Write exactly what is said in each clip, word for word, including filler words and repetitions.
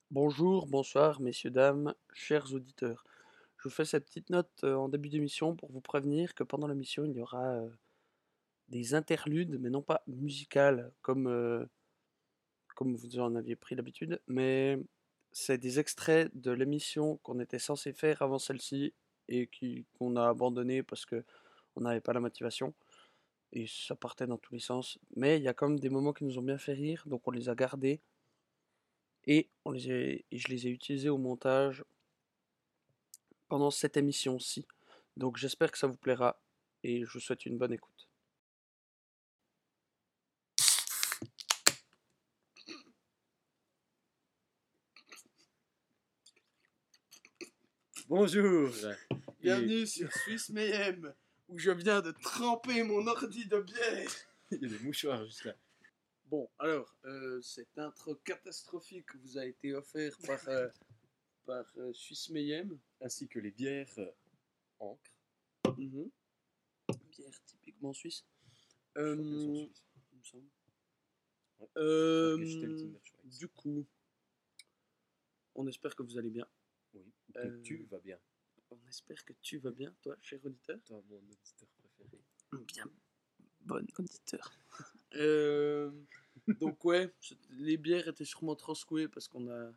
Bonjour, bonsoir, messieurs, dames, chers auditeurs. Je vous fais cette petite note euh, en début d'émission pour vous prévenir que pendant l'émission, il y aura euh, des interludes, mais non pas musicales, comme, euh, comme vous en aviez pris l'habitude, mais c'est des extraits de l'émission qu'on était censé faire avant celle-ci et qui, qu'on a abandonné parce que on n'avait pas la motivation et ça partait dans tous les sens. Mais il y a quand même des moments qui nous ont bien fait rire, donc on les a gardés et, on les a- et je les ai utilisés au montage pendant cette émission-ci. Donc j'espère que ça vous plaira et je vous souhaite une bonne écoute. Bonjour. Bienvenue sur Suisse Mayhem, où je viens de tremper mon ordi de bière. Il y a des mouchoirs juste là. Bon, alors, euh, cette intro catastrophique vous a été offerte par, euh, par euh, Suisse Mayhem. Ainsi que les bières euh, encre. Mhm. Bière typiquement suisse. Je Euh, crois qu'elles sont suisses. il me semble. Ouais. Euh, Gestaltinger Schweiz. du coup, on espère que vous allez bien. Oui, que Euh, tu vas bien. On espère que tu vas bien, toi, cher auditeur. Toi, mon auditeur préféré. Bien, bon auditeur. euh, donc ouais, les bières étaient sûrement trop secouées parce qu'on a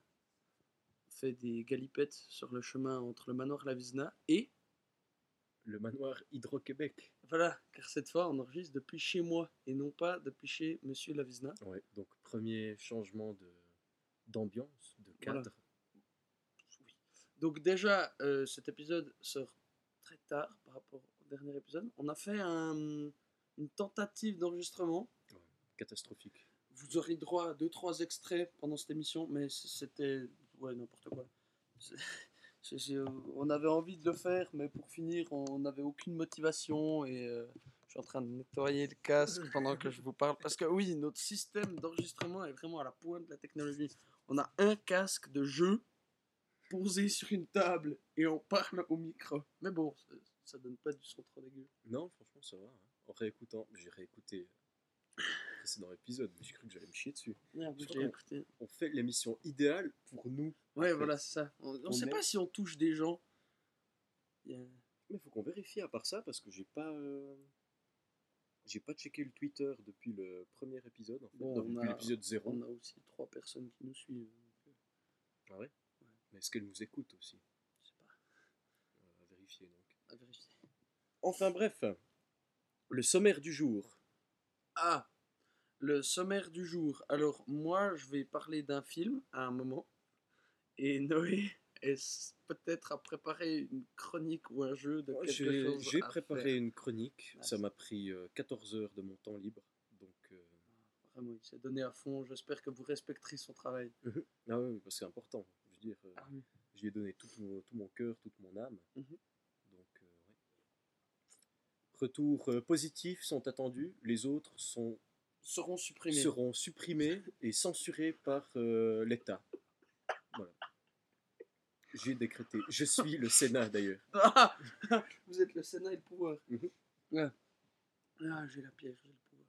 fait des galipettes sur le chemin entre le manoir La Vizna et Le manoir Hydro-Québec. voilà, car cette fois on enregistre depuis chez moi et non pas depuis chez Monsieur La Vizna. Ouais, donc premier changement de d'ambiance, de cadre. Voilà. Oui. Donc déjà, euh, cet épisode sort très tard par rapport au dernier épisode. On a fait un, une tentative d'enregistrement. Ouais, catastrophique. Vous aurez droit à deux trois extraits pendant cette émission, mais c'était ouais n'importe quoi. C'est- c'est- c'est- on avait envie de le faire, mais pour finir, on n'avait aucune motivation et euh, je suis en train de nettoyer le casque pendant que je vous parle. Parce que oui, notre système d'enregistrement est vraiment à la pointe de la technologie. On a un casque de jeu posé sur une table et on parle au micro. Mais bon, ça, ça donne pas du son trop dégueu. Non, franchement, ça va. Hein. En réécoutant, j'ai réécouté euh, le précédent épisode, mais j'ai cru que j'allais me chier dessus. Merde, Je j'ai crois qu'on- écouté. On fait l'émission idéale pour nous. en Ouais, fait. voilà, c'est ça. On, on On sait est- pas si on touche des gens. Il y a- Mais faut qu'on vérifie à part ça parce que j'ai pas euh, j'ai pas checké le Twitter depuis le premier épisode en fait, Bon, non, on depuis a- l'épisode zéro. On a aussi trois personnes qui nous suivent. donc, Ah ouais. Mais est-ce qu'elles nous écoutent aussi? Je sais pas, Euh, À vérifier donc. à vérifier. Enfin bref, le sommaire du jour. Ah, le sommaire du jour. Alors, moi, je vais parler d'un film à un moment. Et Noé est peut-être à préparer une chronique ou un jeu de Ouais, quelque J'ai chose j'ai à préparé faire. une chronique, Ah, ça c'est- m'a pris euh, quatorze heures de mon temps libre. Donc euh, Vraiment, il s'est donné à fond. J'espère que vous respecterez son travail. ah oui, parce que c'est important. Je veux dire, euh, Ah oui. j'y ai donné tout mon, tout mon cœur, toute mon âme. Mhm. Donc euh, ouais. Retours euh, positifs sont attendus, les autres sont Seront supprimés. seront supprimés et censurés par euh, l'État. Voilà. J'ai décrété. Je suis le Sénat d'ailleurs. Ah vous êtes le Sénat et le pouvoir. Mhm. Ouais. Ah, j'ai la pierre, j'ai le pouvoir.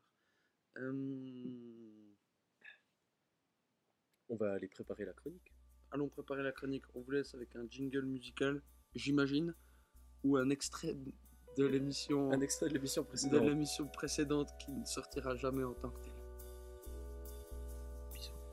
Euh, On va aller préparer la chronique. Allons préparer la chronique. On vous laisse avec un jingle musical, j'imagine, ou un extrait de l'émission Un extrait de l'émission de précédente. l'émission précédente qui ne sortira jamais en tant que telle. Bisous.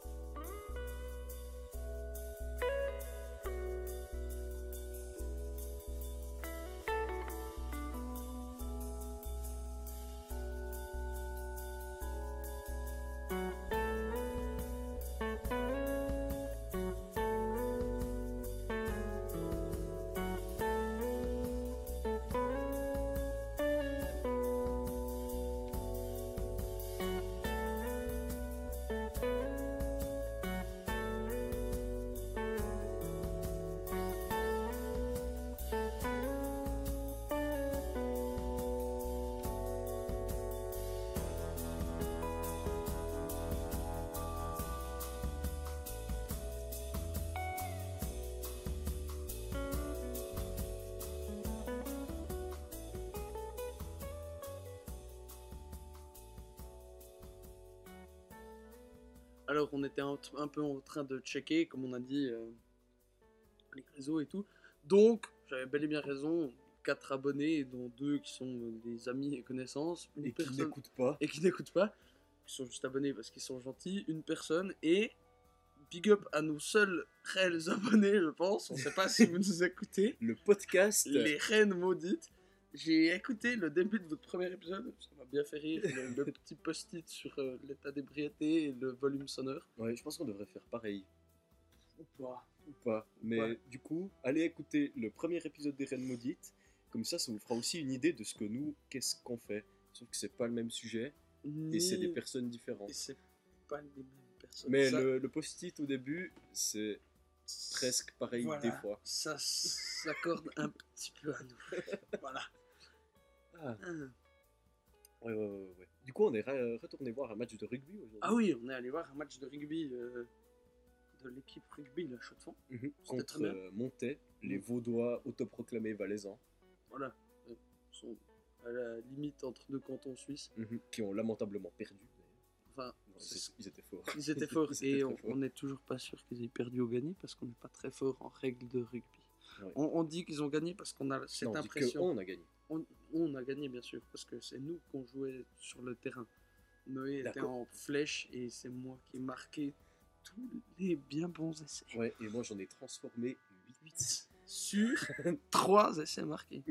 Alors, on était un, un peu en train de checker, comme on a dit, euh, les réseaux et tout. Donc, j'avais bel et bien raison. Quatre abonnés, dont deux qui sont des amis et connaissances. Une Et qui personne... n'écoute pas. Et qui n'écoutent pas. Qui sont juste abonnés parce qu'ils sont gentils. Une personne. Et big up à nos seuls réels abonnés, je pense. On ne sait pas si vous nous écoutez. Le podcast. Les reines maudites. J'ai écouté le début de votre premier épisode, ça m'a bien fait rire, le, le petit post-it sur euh, l'état d'ébriété et le volume sonore. Ouais, je pense qu'on devrait faire pareil. Ou pas. Ou pas. Mais Ouais. du coup, allez écouter le premier épisode des Reines Maudites. Comme ça, ça vous fera aussi une idée de ce que nous, qu'est-ce qu'on fait. Sauf que c'est pas le même sujet et c'est des Ni- personnes différentes. Et c'est pas les mêmes personnes. Mais Ça- le, le post-it au début, c'est presque pareil voilà, des fois. Ça s'accorde un petit peu à nous. Voilà. Ah, Ah. ouais, ouais, ouais, ouais. Du coup, on est re- retourné voir un match de rugby aujourd'hui. Ah oui, on est allé voir un match de rugby euh, de l'équipe rugby, la chaux de fond. Mhm. C'était Contre très bien. euh, Montais, les Mhm. Vaudois autoproclamés valaisans, Voilà. Euh, Ils sont à la limite entre deux cantons suisses. mhm, qui ont lamentablement perdu. d'ailleurs. Enfin, Non, ils, c'est- étaient, ils étaient forts. ils étaient forts Ils étaient et très on forts. on n'est toujours pas sûr qu'ils aient perdu ou gagné parce qu'on n'est pas très fort en règles de rugby. Ouais. On, on dit qu'ils ont gagné parce qu'on a cette Non, on dit impression. que on a gagné. On, on a gagné bien sûr parce que c'est nous qu'on jouait sur le terrain. Noé était D'accord. en flèche et c'est moi qui ai marqué tous les bien bons essais. Ouais, et moi j'en ai transformé huit. Sur trois essais marqués.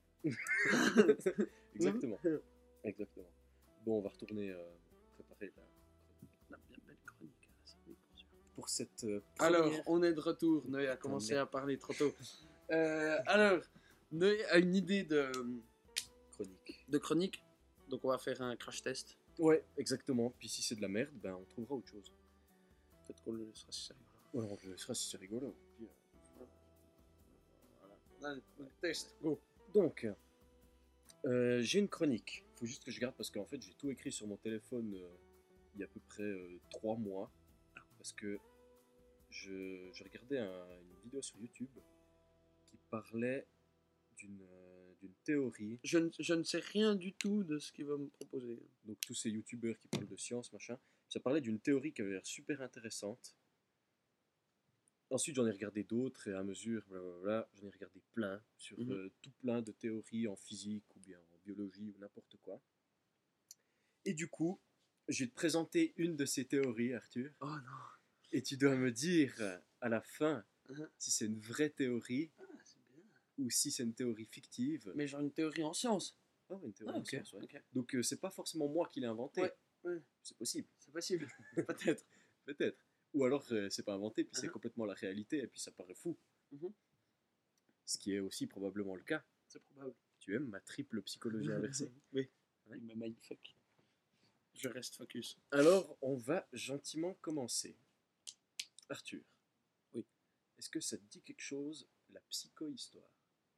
Exactement. Exactement. Bon, on va retourner euh, préparer la... La bien belle chronique. hein, ça, oui, pour sûr. pour cette euh, Alors, première on est de retour. Noé a commencé merde. à parler trop tôt. Euh, alors, Noé a une idée de, chronique. de chronique. Donc, on va faire un crash test. Ouais, exactement. Puis si c'est de la merde, ben on trouvera autre chose. Peut-être qu'on le laissera si c'est rigolo. Ouais, on le laissera si c'est rigolo. Puis, euh, Voilà. Allez, test, go. Donc, euh, j'ai une chronique. Faut juste que je garde parce qu'en fait j'ai tout écrit sur mon téléphone euh, il y a à peu près euh, trois mois. Parce que je, je regardais un- une vidéo sur YouTube qui parlait d'une euh, d'une théorie. Je ne, je ne sais rien du tout de ce qu'il va me proposer. Donc tous ces youtubeurs qui parlent de science, machin. Ça parlait d'une théorie qui avait l'air super intéressante. Ensuite j'en ai regardé d'autres et à mesure, blablabla, j'en ai regardé plein sur Mhm. euh, tout plein de théories en physique ou bien en biologie ou n'importe quoi. Et du coup, je vais te présenter une de ces théories, Arthur. Oh non. Et tu dois me dire euh, à la fin Mhm. si c'est une vraie théorie Ah, c'est bien. ou si c'est une théorie fictive. Mais genre une théorie en science. Ah ouais, une théorie Ah, en ok. science, ouais. ok. Donc euh, c'est pas forcément moi qui l'ai inventé. Ouais, ouais. C'est possible, C'est possible. Peut-être. peut-être. Ou alors euh, c'est pas inventé, puis c'est Mhm. complètement la réalité, et puis ça paraît fou. Mhm. Ce qui est aussi probablement le cas. C'est probable. Tu aimes ma triple psychologie inversée. Oui. Ouais. Il me mindfuck. Je reste focus. Alors, on va gentiment commencer. Arthur. Oui. Est-ce que ça te dit quelque chose, la psychohistoire?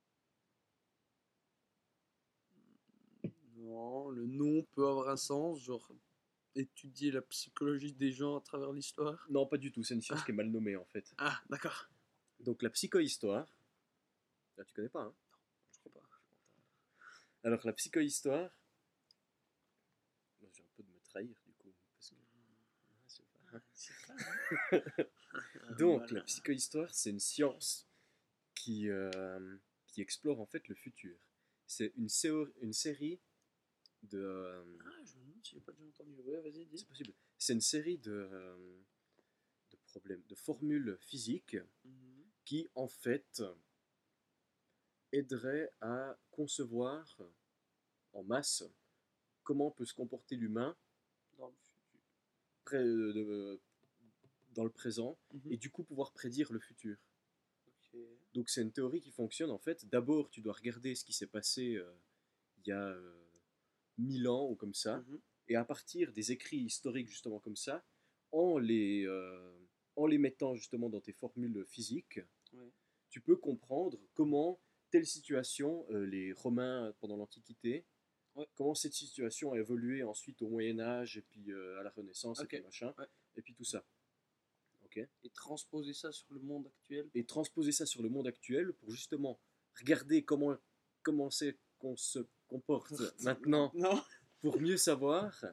Non, le nom peut avoir un sens, genre étudier la psychologie des gens à travers l'histoire. Non, pas du tout, c'est une science Ah. qui est mal nommée en fait. Ah, d'accord. Donc la psychohistoire, là tu connais pas, hein? Je crois pas. Alors la psychohistoire, moi, j'ai un peu de me trahir du coup, parce que... Ah, c'est pas- C'est ça. hein. Donc Voilà. la psychohistoire, c'est une science qui, euh, qui explore en fait le futur. C'est une, séo- une série de... euh, Ah, je me demande si j'ai pas déjà entendu. Ouais, vas-y, dis. c'est possible. C'est une série de, euh, de problèmes, de formules physiques Mhm. qui en fait aiderait à concevoir en masse comment peut se comporter l'humain Dans le futur. près de- de- dans le présent Mhm. et du coup pouvoir prédire le futur. Ok. Donc c'est une théorie qui fonctionne en fait. D'abord tu dois regarder ce qui s'est passé euh, il y a euh, mille ans ou comme ça Mhm. et à partir des écrits historiques justement comme ça, en les, euh, en les mettant justement dans tes formules physiques, Ouais. tu peux comprendre comment telle situation, euh, les Romains pendant l'Antiquité, Ouais. comment cette situation a évolué ensuite au Moyen-Âge et puis euh, à la Renaissance Ok. et puis machin, Ouais. et puis tout ça. Ok. Et transposer ça sur le monde actuel. Et transposer ça sur le monde actuel pour justement regarder comment, comment c'est qu'on se comporte maintenant Non. pour mieux savoir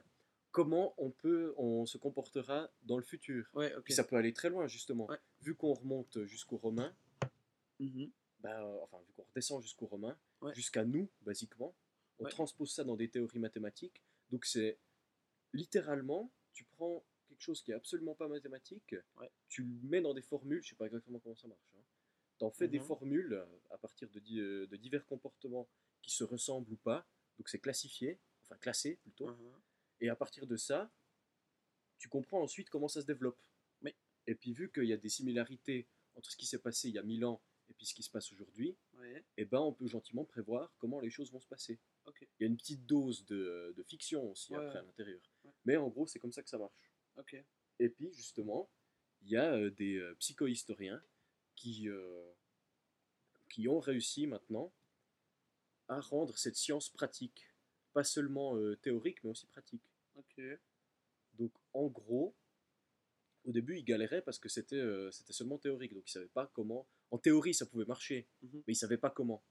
comment on peut, on se comportera dans le futur. Ouais, ok. Puis ça peut aller très loin, justement. Ouais. Vu qu'on remonte jusqu'aux Romains, Mhm. bah, euh, enfin, vu qu'on redescend jusqu'aux Romains, Ouais. jusqu'à nous, basiquement, on Ouais. transpose ça dans des théories mathématiques. Donc c'est littéralement, tu prends quelque chose qui est absolument pas mathématique, Ouais. tu le mets dans des formules, je sais pas exactement comment ça marche. Hein. Tu en fais des Mhm. formules euh, à partir de, di- euh, de divers comportements qui se ressemblent ou pas. Donc c'est classifié, enfin classé plutôt. Mhm. Et à partir de ça, tu comprends ensuite comment ça se développe. Mais, Et puis vu qu'il y a des similarités entre ce qui s'est passé il y a mille ans et puis ce qui se passe aujourd'hui, ouais, eh ben on peut gentiment prévoir comment les choses vont se passer. ok. Il y a une petite dose de, de fiction aussi Ouais, après ouais, à l'intérieur. ouais. Mais en gros, c'est comme ça que ça marche. Ok. Et puis justement, il y a euh, des euh, psychohistoriens qui, euh, qui ont réussi maintenant à rendre cette science pratique. Pas seulement euh, théorique, mais aussi pratique. Ok. Donc en gros, au début, ils galéraient parce que c'était euh, c'était seulement théorique. Donc ils ne savaient pas comment. En théorie, ça pouvait marcher, Mhm. mais ils ne savaient pas comment.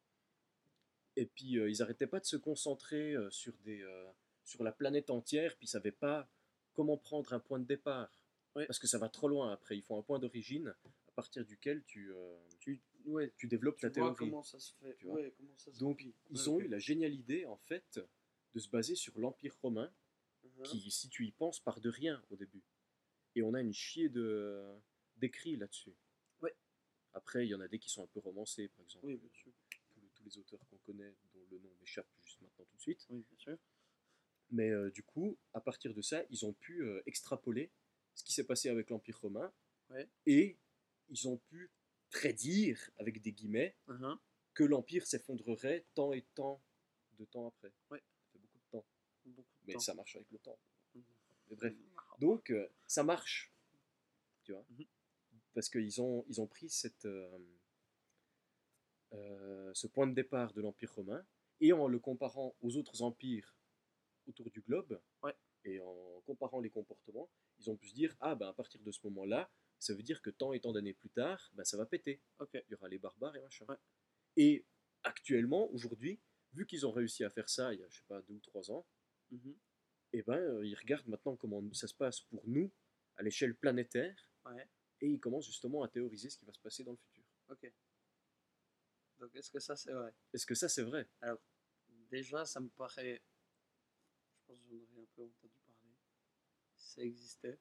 Et puis euh, ils n'arrêtaient pas de se concentrer euh, sur, des, euh, sur la planète entière, puis ils ne savaient pas comment prendre un point de départ. Ouais. Parce que ça va trop loin après. Il faut un point d'origine à partir duquel tu, euh, Tu, ouais, tu développes tu ta vois théorie. comment ça se fait. Tu vois. Ouais, comment ça se Donc goupille. ils Ouais, ont ok. eu la géniale idée en fait de se baser sur l'Empire romain, Mhm. qui, si tu y penses, part de rien au début. Et on a une chier de, d'écrits là-dessus. Ouais. Après, il y en a des qui sont un peu romancés, par exemple. Oui, bien sûr. Tous, les, tous les auteurs qu'on connaît, dont le nom m'échappe juste maintenant tout de suite. Oui, bien sûr. Mais euh, du coup, à partir de ça, ils ont pu euh, extrapoler ce qui s'est passé avec l'Empire romain Ouais. et ils ont pu prédire, avec des guillemets, Mhm. que l'Empire s'effondrerait tant et tant de temps après. Ouais. Ça fait beaucoup de temps. Beaucoup de Mais temps. ça marche avec le temps. Mhm. Mais bref. Mhm. Donc, euh, ça marche, tu vois. Mhm. Parce qu'ils ont, ils ont pris cette, euh, euh, ce point de départ de l'Empire romain et en le comparant aux autres empires autour du globe Ouais. et en comparant les comportements, ils ont pu se dire ah ben à partir de ce moment-là, ça veut dire que tant et tant d'années plus tard, ben, ça va péter. Ok. Il y aura les barbares et machin. Ouais. Et actuellement, aujourd'hui, vu qu'ils ont réussi à faire ça il y a je sais pas deux ou trois ans, Mhm. et ben euh, ils regardent maintenant comment ça se passe pour nous à l'échelle planétaire Ouais. et ils commencent justement à théoriser ce qui va se passer dans le futur. Ok. Donc, est-ce que ça, c'est vrai? Est-ce que ça c'est vrai? Alors, déjà, ça me paraît. Je pense que j'en aurais un peu entendu parler. Ça existait.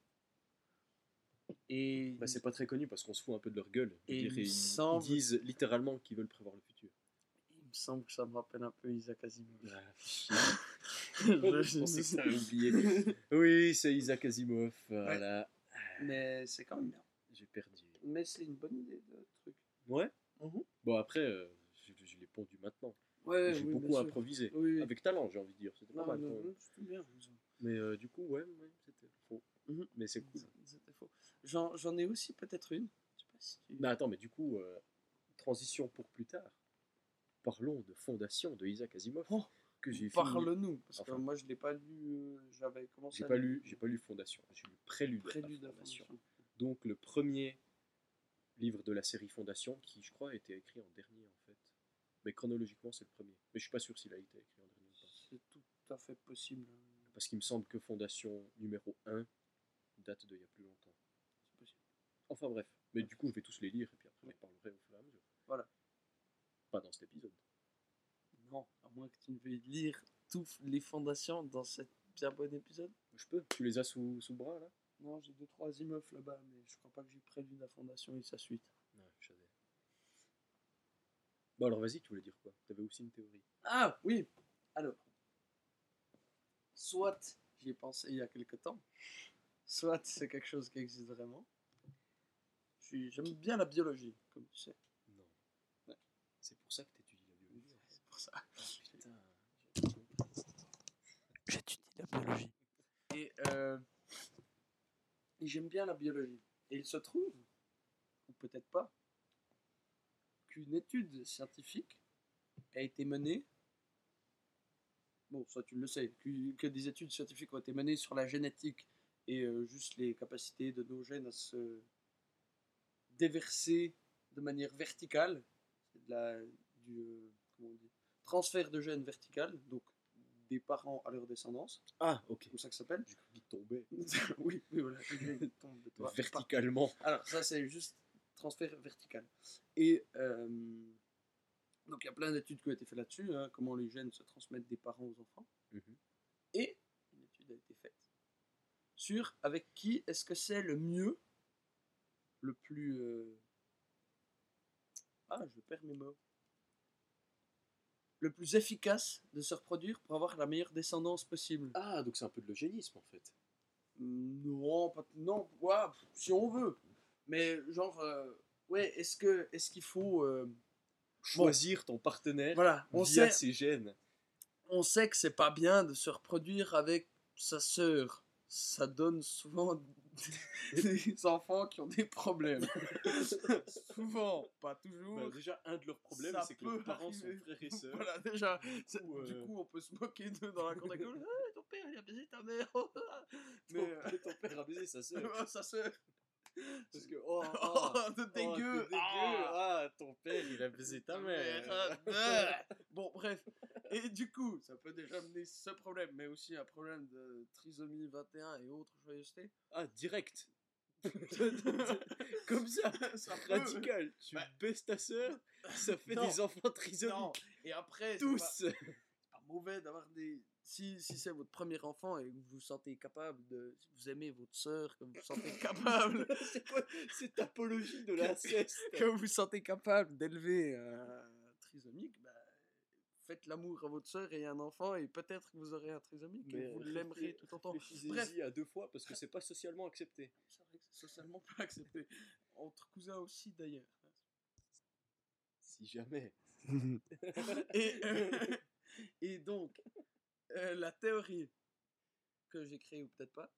Et, Bah, c'est pas très connu parce qu'on se fout un peu de leur gueule. Je veux et il dire, me ils, ils semble. disent littéralement qu'ils veulent prévoir le futur. Il me semble que ça me rappelle un peu Isaac Asimov. Ah, chier. Je- Je pensais que t'avais oublié. Oui, c'est Isaac Asimov. Voilà. Mais c'est quand même bien. J'ai perdu. Mais c'est une bonne idée de truc. Ouais. Mhm. Bon, après, euh, je, je l'ai pondu maintenant. Ouais, Et j'ai oui, bien beaucoup sûr. improvisé. Oui, oui. Avec talent, j'ai envie de dire. C'était pas Non, mal non, quand même. non, c'était bien. Mais euh, du coup, ouais, ouais, c'était faux. Mhm. Mais c'est cool. C'était faux. J'en, j'en ai aussi peut-être une. Je sais pas si tu... Mais attends, mais du coup, euh, transition pour plus tard. Parlons de Fondation de Isaac Asimov. Oh, que j'ai fini. parle-nous, parce Enfin, que moi je l'ai pas lu. euh, J'avais commencé J'ai à pas lire. lu, j'ai pas lu Fondation. J'ai lu Prélude, Prélude à à Fondation. Fondation. Donc le premier livre de la série Fondation, qui je crois a été écrit en dernier en fait. Mais chronologiquement c'est le premier. Mais je suis pas sûr s'il a été écrit en dernier ou pas. C'est tout à fait possible. Parce qu'il me semble que Fondation numéro un date d'il y a plus longtemps. C'est possible. Enfin bref. Mais du coup je vais tous les lire et puis après je parlerai au fur et à mesure. Voilà. Pas dans cet épisode. Non, à moins que tu ne veuilles lire toutes les fondations dans cet bien bon épisode. Je peux. Tu les as sous, sous le bras là? Non, j'ai deux trois immeubles là-bas, mais je crois pas que j'ai Prélude à Fondation et sa suite. Ouais, je savais. Bon alors vas-y, tu voulais dire quoi? T'avais aussi une théorie. Ah oui. Alors, soit j'y ai pensé il y a quelque temps, soit c'est quelque chose qui existe vraiment. Je suis- J'aime bien la biologie, comme tu sais. Non. Ouais. C'est pour ça que t'étudies la biologie. C'est pour ça. Putain. J'étudie la biologie. Et, euh, et j'aime bien la biologie. Et il se trouve, ou peut-être pas, qu'une étude scientifique a été menée. Bon, ça tu le sais, que, que des études scientifiques ont été menées sur la génétique et euh, juste les capacités de nos gènes à se déverser de manière verticale. C'est de la, du euh, comment on dit, transfert de gènes vertical. Donc des parents à leur descendance, Ah, ok. c'est comme ça que ça s'appelle. J'ai cru qu'il tombait. Oui, oui, voilà. Il tombe de toi. Verticalement. Alors, ça, c'est juste transfert vertical. Et euh, donc, il y a plein d'études qui ont été faites là-dessus, hein, comment les gènes se transmettent des parents aux enfants. Mhm. Et une étude a été faite sur avec qui est-ce que c'est le mieux, le plus... euh, Ah, je perds mes mots. Le plus efficace de se reproduire pour avoir la meilleure descendance possible. Ah, donc c'est un peu de l'eugénisme en fait. Non, pas, non, ouais, si on veut. Mais genre, euh, ouais, est-ce que, est-ce qu'il faut euh, Choisir bon, ton partenaire voilà, on via sait, ses gènes. On sait que c'est pas bien de se reproduire avec sa sœur. Ça donne souvent des enfants qui ont des problèmes. Souvent, pas toujours. Bah, déjà, un de leurs problèmes, c'est que leurs parents arriver. sont frères et sœurs. Voilà, déjà, du coup, euh... du coup, on peut se moquer d'eux dans la cour d'école. Ah, ton père, il a baisé ta mère. Mais ton, euh... ton père a baisé sa sœur. sa sœur. Parce que, oh, oh, oh de dégueu. Oh, dégueu. Ah. ah, ton père, il a baisé ta mère. Bon, bref. Et du coup, ça peut déjà mener ce problème, mais aussi un problème de trisomie vingt et un et autres joyeusetés. Ah, direct. Comme ça, ça radical. Peut. Tu bah, baisses ta sœur, ça fait non, des enfants trisomiques. Non. Et après, tous. C'est pas, c'est pas mauvais d'avoir des. Si, si c'est votre premier enfant et que vous vous sentez capable de. Si vous aimez votre sœur, que vous vous sentez capable. C'est quoi cette apologie de l'inceste? Que vous vous sentez capable d'élever un trisomique, bah, faites l'amour à votre sœur et un enfant et peut-être que vous aurez un trisomique mais et vous l'aimerez tout autant. Réfléchissez-y à deux fois parce que c'est pas socialement accepté. C'est vrai que c'est socialement pas accepté. Entre cousins aussi d'ailleurs. Si jamais. et, euh, et donc, euh, la théorie que j'ai créée ou peut-être pas.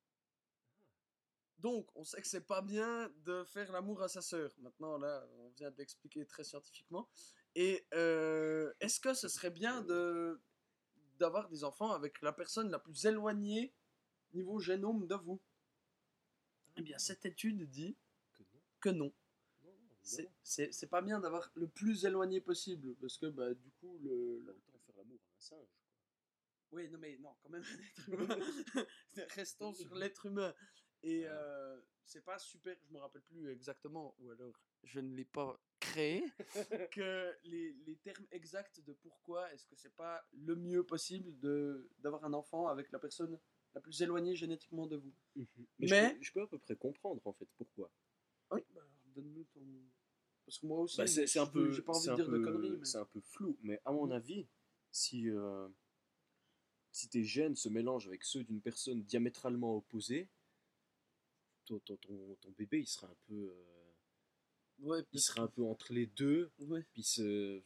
Donc, on sait que c'est pas bien de faire l'amour à sa sœur. Maintenant, là, on vient de l'expliquer très scientifiquement. Et euh, est-ce que ce serait bien de d'avoir des enfants avec la personne la plus éloignée niveau génome de vous? Eh bien, cette étude dit que non. Que non. non, non c'est, c'est, c'est pas bien d'avoir le plus éloigné possible parce que bah, du coup, le, le... autant faire l'amour à un singe. Quoi. Oui, non, mais non, quand même un être humain. Restons sur l'être humain. Et euh, c'est pas super, je me rappelle plus exactement, ou alors je ne l'ai pas créé, que les, les termes exacts de pourquoi est-ce que c'est pas le mieux possible de, d'avoir un enfant avec la personne la plus éloignée génétiquement de vous. Mmh. Mais, mais... Je, peux, je peux à peu près comprendre en fait pourquoi. Oui, bah alors donne-nous ton. Parce que moi aussi, bah, c'est, c'est un peu, j'ai pas envie de dire peu, de conneries. Mais... C'est un peu flou, mais à mon mmh. avis, si. Euh... Si tes gènes se mélangent avec ceux d'une personne diamétralement opposée, ton, ton, ton, ton bébé il sera un peu euh, ouais, il sera un peu entre les deux, ouais. Puis ce,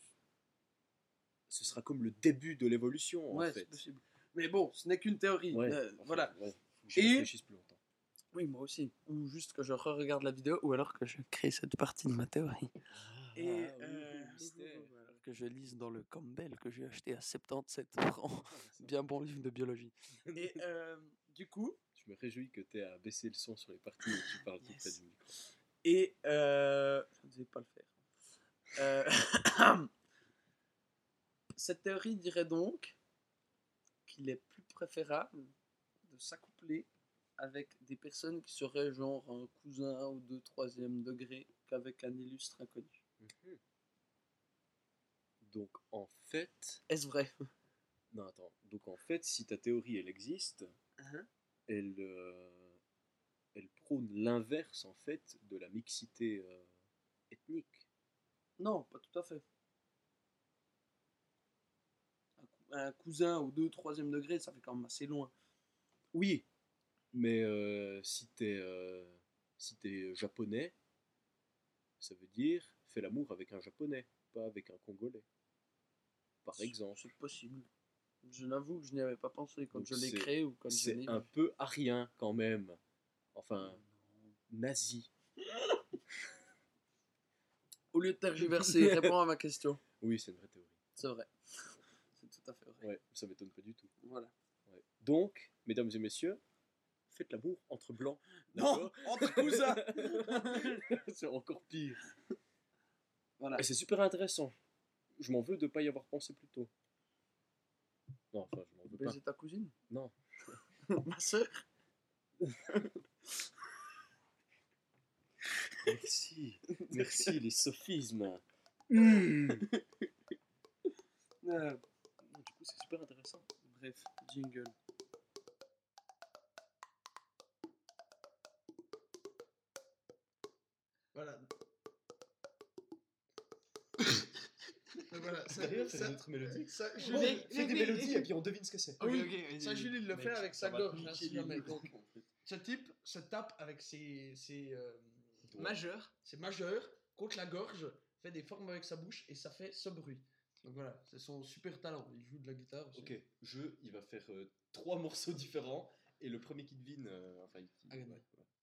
ce sera comme le début de l'évolution ouais, en fait. C'est possible. Mais bon, ce n'est qu'une théorie. Ouais, euh, enfin, voilà. Ouais, faut que j'y Et... réfléchisse plus longtemps. Oui, moi aussi. Ou juste que je re-regarde la vidéo, ou alors que je crée cette partie de ma théorie. Ah, et ah, euh, mystère. Alors que je lise dans le Campbell que j'ai acheté à soixante-dix-sept francs. Bien bon livre de biologie. Et euh, du coup... Je me réjouis que tu aies à baisser le son sur les parties où tu parles tout yes. près du micro. Et euh, je ne vais pas le faire. Euh, cette théorie dirait donc qu'il est plus préférable de s'accoupler avec des personnes qui seraient genre un cousin ou deux troisième degré qu'avec un illustre inconnu. Mmh. Donc en fait... Est-ce vrai? Non, attends. Donc en fait, si ta théorie, elle existe, uh-huh. elle, euh, elle prône l'inverse en fait de la mixité euh, ethnique. Non, pas tout à fait. Un, cou- un cousin ou deux troisième degré, ça fait quand même assez loin. Oui, mais euh, si t'es euh, si t'es japonais, ça veut dire fais l'amour avec un japonais, pas avec un congolais. Par c'est, exemple. C'est possible. Je l'avoue que je n'y avais pas pensé quand Donc je l'ai c'est, créé ou quand c'est je l'ai un peu arien quand même. Enfin, non. Nazi. Au lieu de tergiverser, réponds à ma question. Oui, c'est une vraie théorie. C'est vrai. C'est tout à fait vrai. Ouais, ça m'étonne pas du tout. Voilà. Ouais. Donc, mesdames et messieurs, faites l'amour entre blancs. Non, entre cousins. C'est encore pire. Voilà. Et c'est super intéressant. Je m'en veux de ne pas y avoir pensé plus tôt. Non, enfin, je m'en veux pas. Baiser ta cousine? Non. Ma sœur? Merci. Merci, les sophismes. Mmh. Ah, du coup, c'est super intéressant. Bref, jingle. Voilà. Voilà, ça, D'ailleurs, fais ça, une autre mélodie. ça, Bon, Julie, fais des mélodies et puis on devine ce que c'est. Ok, Oui, ok, ça, Julie, il le Mec, fait avec ça sa va gorge, niquer hein, si les jamais. mots, Donc, en fait. ce type se tape avec ses, ses, euh, Doigt. Majeur. ses majeurs contre la gorge, fait des formes avec sa bouche et ça fait ce bruit. Donc voilà, c'est son super talent. Il joue de la guitare aussi. Ok, jeu, il va faire euh, trois morceaux différents et le premier qui devine, euh, enfin, qui, Ah, ouais, gagné. ouais.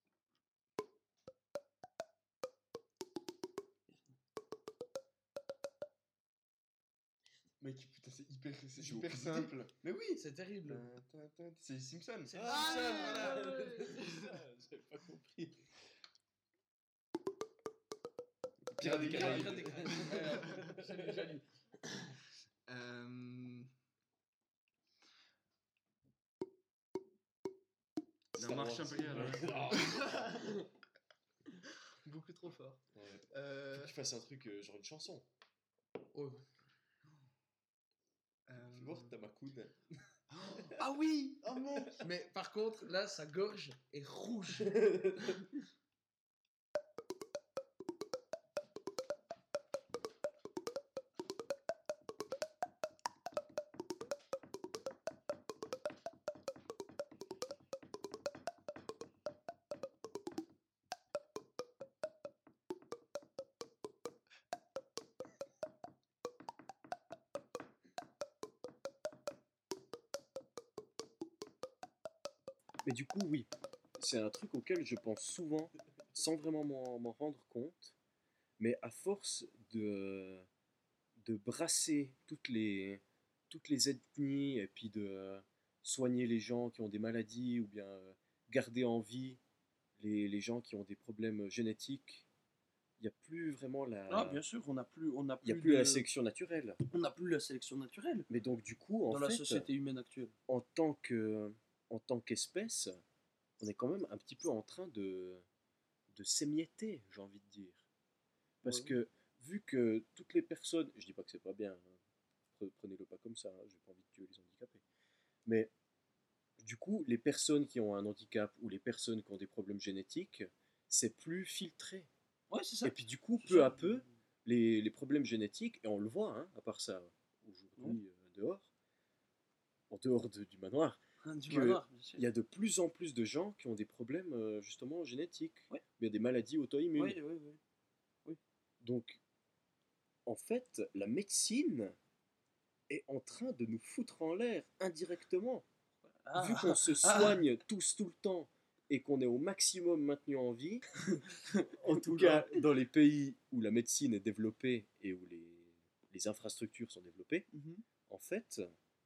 Mec, putain, c'est hyper, c'est J'ai hyper aucune simple. Mais oui, C'est terrible. Tin, tin, tin, c'est les Simpsons. C'est Ah, les ouais, Simpsons, voilà. ouais, ouais, j'avais pas compris. Pirates des Caraïbes. Pirates des Caraïbes. Salut, salut. Euh... Star La marche Wars. impériale. Ouais. Ah. Beaucoup trop fort. Ouais. Euh... Faut que tu fasses un truc, euh, genre une chanson. oh. Euh... Fais voir ta macoune. Ah oui. Oh mec. Mais par contre, là, sa gorge est rouge. Mais du coup, oui, c'est un truc auquel je pense souvent, sans vraiment m'en m'en rendre compte, mais à force de, de brasser toutes les, toutes les ethnies et puis de euh, soigner les gens qui ont des maladies ou bien euh, garder en vie les, les gens qui ont des problèmes génétiques, il n'y a plus vraiment la, Ah, bien sûr, on n'a plus, on n'a il y a plus, plus de... la sélection naturelle. on n'a plus la sélection naturelle Mais donc du coup, en dans la fait, société humaine actuelle. en tant que, en tant qu'espèce, on est quand même un petit peu en train de, de s'émietter, j'ai envie de dire. Parce Ouais. que vu que toutes les personnes, je dis pas que c'est pas bien, hein, prenez-le pas comme ça, hein, j'ai pas envie de tuer les handicapés, mais du coup, les personnes qui ont un handicap ou les personnes qui ont des problèmes génétiques, c'est plus filtré. Ouais, c'est ça. Et puis du coup, C'est peu ça. à peu, les, les problèmes génétiques, et on le voit, hein, à part ça, aujourd'hui, euh, dehors, en dehors de- du manoir, Du que manoir, bien sûr. il y a de plus en plus de gens qui ont des problèmes euh, justement génétiques. Ouais. Il y a des maladies auto-immunes. Oui, oui, oui. Donc, en fait, la médecine est en train de nous foutre en l'air indirectement. Ah. Vu qu'on se soigne tous tout le temps et qu'on est au maximum maintenu en vie, en tout Oula. cas dans les pays où la médecine est développée et où les, les infrastructures sont développées, Mhm. en fait,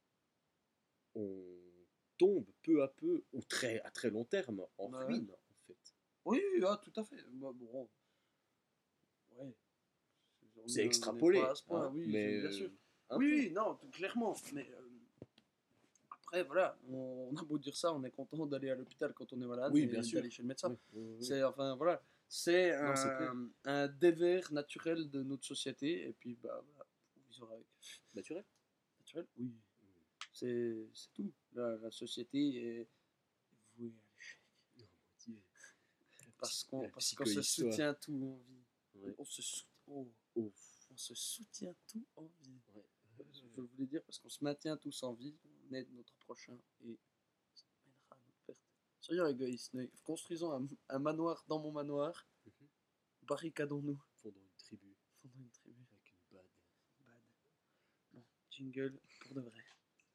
on tombe peu à peu, ou très, à très long terme, en Ouais. ruine, en fait. Oui, ah, tout à fait. Bah, bon. Ouais. On C'est est- on extrapolé, est pas à ce point, hein, oui, mais bien sûr. euh, un Oui, peu. oui, non, tout- clairement. Mais euh, après, voilà, on, on a beau dire ça, on est content d'aller à l'hôpital quand on est malade Oui, et bien sûr. d'aller chez le médecin. Oui, oui, oui. C'est enfin voilà, c'est Non, c'est un, un dévers naturel de notre société et puis bah voilà, faut vivre avec. Naturel. Naturel, oui. C'est c'est tout. La, la société est vouée à l'échec Oh mon Dieu. parce qu'on La parce qu'on se psychohistoire. soutient tout en vie. Ouais. On se soutient. Oh, Oh. on se soutient tout en vie. Ouais. Je voulais dire parce qu'on se maintient tous en vie, on aide notre prochain et ça mènera à notre perte. Soyons égoïstes, ne- construisons un, un manoir dans mon manoir, Mhm. barricadons-nous, Fondons une tribu fondons une tribu. avec une bad. Bad. Bon, jingle pour de vrai.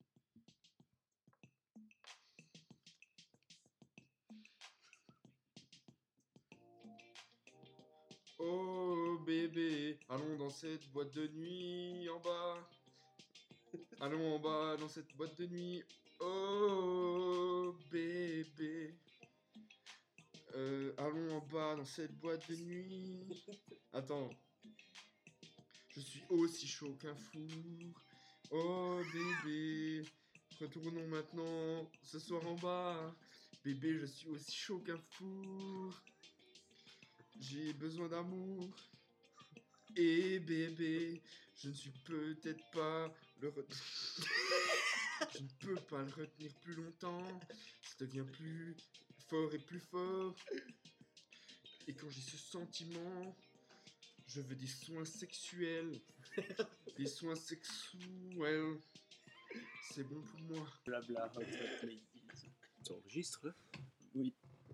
Oh bébé, allons dans cette boîte de nuit en bas. Allons en bas dans cette boîte de nuit. Oh bébé. Euh, allons en bas dans cette boîte de nuit. Attends. Je suis aussi chaud qu'un four. Oh bébé. Retournons maintenant ce soir en bas. Bébé, je suis aussi chaud qu'un four. J'ai besoin d'amour. Et bébé, je ne suis peut-être pas le re- je ne peux pas le retenir plus longtemps. Ça devient plus fort et plus fort. Et quand j'ai ce sentiment, je veux des soins sexuels. Des soins sexuels. C'est bon pour moi. Blabla, hot, hot ladies. Tu enregistres là? Oui.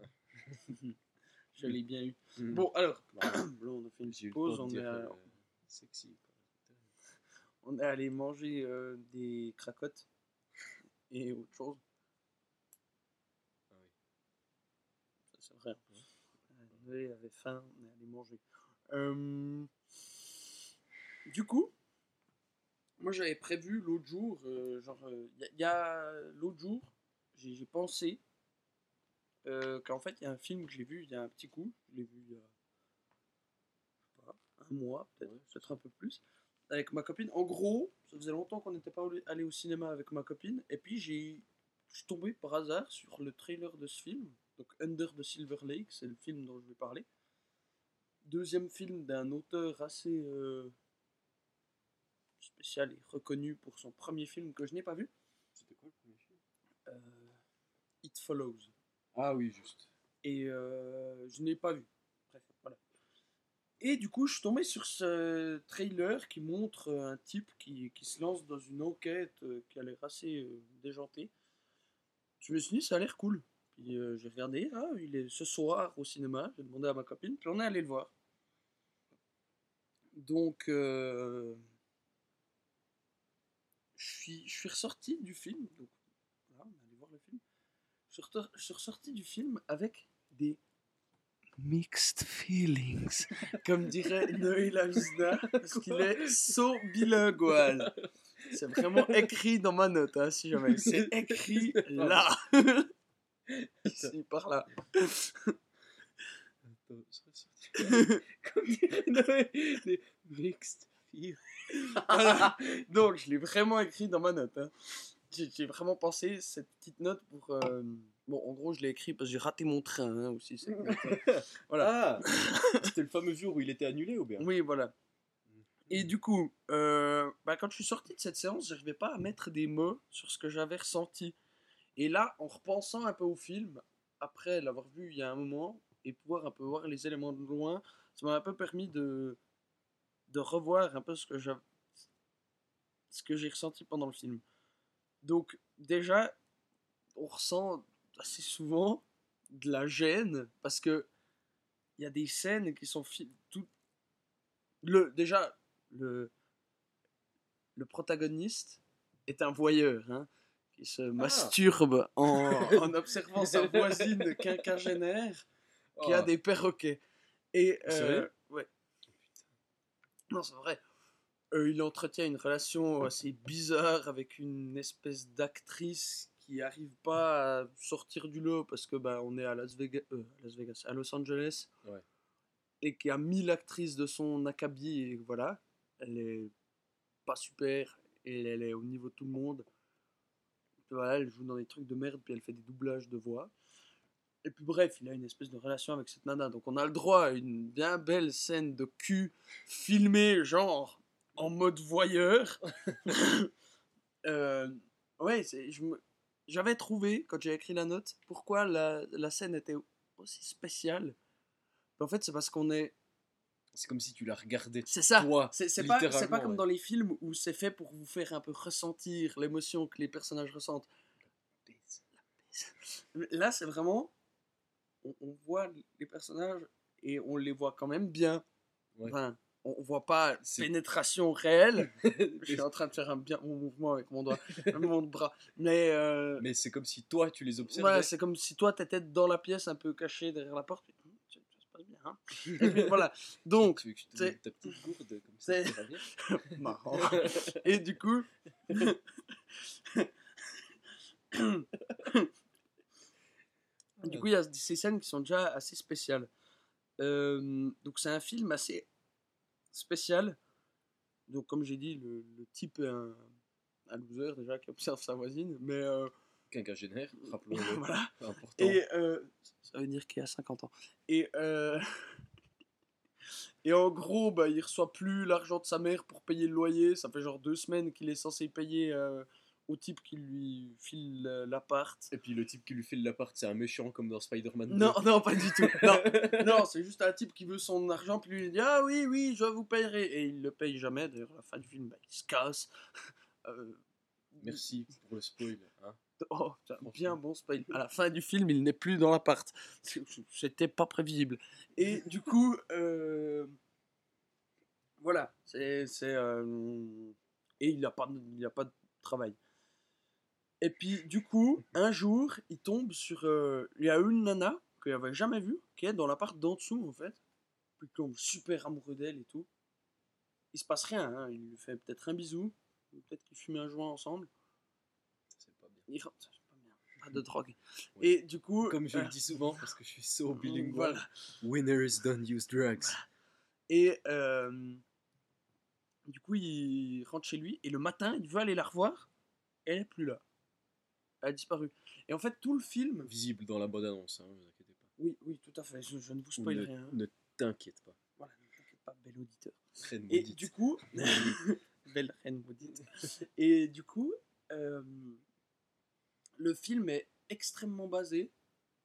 Je l'ai bien eu. Mm. Bon, alors, Voilà. là, on a fait une J'ai eu petite le pause. temps On de est, dire à- euh, sexy. on est allé manger euh, des cracottes et autre chose. Ah oui. Ça, c'est vrai. Euh, Noé avait faim, on est allé manger. Euh, Du coup, moi j'avais prévu l'autre jour, euh, genre, il euh, y, y a l'autre jour, j'ai j'ai pensé euh, qu'en fait il y a un film que j'ai vu il y a un petit coup, je l'ai vu il y a je sais pas, un mois, peut-être, Ouais, peut-être un peu plus, avec ma copine. En gros, ça faisait longtemps qu'on n'était pas allé au cinéma avec ma copine, et puis j'ai, je suis tombé par hasard sur le trailer de ce film, donc Under the Silver Lake, c'est le film dont je vais parler. Deuxième film d'un auteur assez euh, spécial et reconnu pour son premier film que je n'ai pas vu, C'était quoi le premier film? euh, It Follows. Ah oui, juste. Et euh, je n'ai pas vu. Bref, voilà. Et du coup, je suis tombé sur ce trailer qui montre euh, un type qui, qui se lance dans une enquête euh, qui a l'air assez euh, déjantée. Je me suis dit, ça a l'air cool. Puis euh, j'ai regardé, ah, il est ce soir au cinéma, j'ai demandé à ma copine, puis on est allé le voir. Donc, euh, je suis, je suis ressorti du film. Donc, voilà, on est allé voir le film. Je suis, retor- je suis ressorti du film avec des mixed feelings, comme dirait Noé Lavizna, parce qu'il est so bilingual. C'est vraiment écrit dans ma note, hein, si jamais. C'est écrit là. Ici, par là. Attends, je serais sorti. Comme dirait Noé, des mixed feelings. Voilà. Donc, je l'ai vraiment écrit dans ma note. Hein. J'ai, j'ai vraiment pensé cette petite note pour. Euh... Bon, en gros, je l'ai écrit parce que j'ai raté mon train hein, aussi. Cette note, hein. Voilà. Ah, c'était le fameux jour où il était annulé ou bien? Oui, voilà. Et du coup, euh, bah, quand je suis sorti de cette séance, j'arrivais pas à mettre des mots sur ce que j'avais ressenti. Et là, en repensant un peu au film, après l'avoir vu il y a un moment, et pouvoir un peu voir les éléments de loin, ça m'a un peu permis de, de revoir un peu ce que j'ai, ce que j'ai ressenti pendant le film. Donc, déjà, on ressent assez souvent de la gêne, parce que il y a des scènes qui sont fi- tout le déjà le le protagoniste est un voyeur, hein, qui se masturbe en, en observant sa voisine quinquagénaire qui a Oh. des perroquets. Et Sérieux? euh, ouais. Non, c'est vrai. Euh, il entretient une relation assez bizarre avec une espèce d'actrice qui arrive pas à sortir du lot parce que bah on est à Las Vegas, euh, Las Vegas, à Los Angeles, Ouais. et qui a mille actrices de son acabit et voilà, elle est pas super et elle est au niveau de tout le monde. Voilà, elle joue dans des trucs de merde puis elle fait des doublages de voix. Et puis bref, il a une espèce de relation avec cette nana. Donc on a le droit à une bien belle scène de cul filmée genre en mode voyeur. euh, ouais, c'est, je me, j'avais trouvé, quand j'ai écrit la note, pourquoi la, la scène était aussi spéciale. En fait, c'est parce qu'on est... C'est comme si tu la regardais. C'est ça. Toi, c'est, c'est, pas, c'est pas littéralement, comme ouais. dans les films où c'est fait pour vous faire un peu ressentir l'émotion que les personnages ressentent. Là, c'est vraiment... On, on voit les personnages et on les voit quand même bien. Ouais. Enfin, on voit pas C'est- pénétration réelle. Je suis en train de faire un bien bon mouvement avec mon doigt, mon bras. Mais, euh, Mais c'est comme si toi, tu les observais. voilà, c'est comme si toi, t'étais dans la pièce, un peu caché derrière la porte. Hum, Ça, ça se passe bien, hein. Et puis voilà. Donc, tu veux que je te c'est- donne ta petite gourde comme ça, c'est- tu iras bien. marrant. Et du coup, du coup, il y a ces scènes qui sont déjà assez spéciales. Euh, donc, c'est un film assez spécial. Donc, comme j'ai dit, le, le type est un, un loser déjà qui observe sa voisine, mais euh, Quinquagénaire, rappelons-le. voilà. Important. Et euh, ça veut dire qu'il a cinquante ans. Et, euh, et en gros, bah, il reçoit plus l'argent de sa mère pour payer le loyer. Ça fait genre deux semaines qu'il est censé payer euh, au type qui lui file euh, l'appart. Et puis le type qui lui file l'appart, c'est un méchant comme dans Spider-Man deux. Non, non, pas du tout. Non, non, c'est juste un type qui veut son argent, puis lui il dit ah oui, oui, je vous payerai. Et il le paye jamais. D'ailleurs, à la fin du film, bah, il se casse. Euh, Merci pour le spoil. Hein. Oh, c'est un bien bon spoil. À la fin du film, il n'est plus dans l'appart. C'était pas prévisible. Et du coup, euh, voilà, c'est, c'est, euh, et il n'a pas, de- il a pas de travail. Et puis, du coup, un jour, il tombe sur, euh, il y a une nana qu'il n'avait jamais vue, qui est dans l'appart d'en dessous en fait. Puis il tombe super amoureux d'elle et tout. Il se passe rien, hein. Il lui fait peut-être un bisou, peut-être qu'ils fument un joint ensemble. C'est pas bien. Il rentre, c'est pas bien, pas de drogue. Oui. Et du coup, Comme je euh, le dis souvent, parce que je suis so bilingual, voilà. winners don't use drugs. Et euh, du coup, il rentre chez lui et le matin, il veut aller la revoir. Elle est plus là. Elle a disparu. Et en fait, tout le film. Visible dans la bande-annonce, hein, vous inquiétez pas. Oui, oui, tout à fait. Je, je ne vous spoil ne, rien. Ne t'inquiète pas. Voilà, ne t'inquiète pas, bel auditeur. Reine Et maudite. du coup, belle reine maudite. Et du coup, euh, le film est extrêmement basé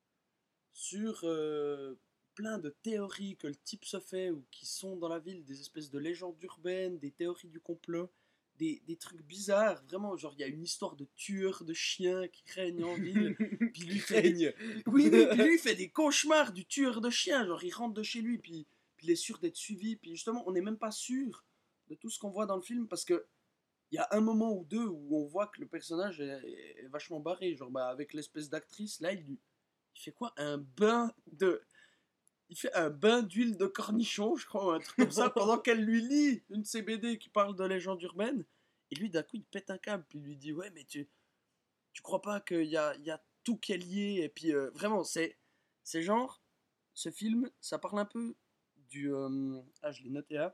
sur euh, plein de théories que le type se fait ou qui sont dans la ville, des espèces de légendes urbaines, des théories du complot, des, des trucs bizarres. Vraiment, genre, il y a une histoire de tueur de chiens qui règne en ville. Puis lui fait des... Oui, oui, puis lui il fait des cauchemars du tueur de chiens. Genre, il rentre de chez lui, puis, puis il est sûr d'être suivi. Puis justement, on n'est même pas sûr de tout ce qu'on voit dans le film parce que il y a un moment ou deux où on voit que le personnage est, est vachement barré. Genre, bah, avec l'espèce d'actrice, là, il, il fait quoi? Un bain de. Il fait un bain d'huile de cornichon, je crois, un truc comme ça, pendant qu'elle lui lit une de ses B D qui parle de légendes urbaines. Et lui, d'un coup, il pète un câble, puis il lui dit ouais, mais tu, tu crois pas qu'il y a, il y a tout qui est lié? Et puis, euh, vraiment, c'est, c'est genre, ce film, ça parle un peu du. euh, ah, je l'ai noté là.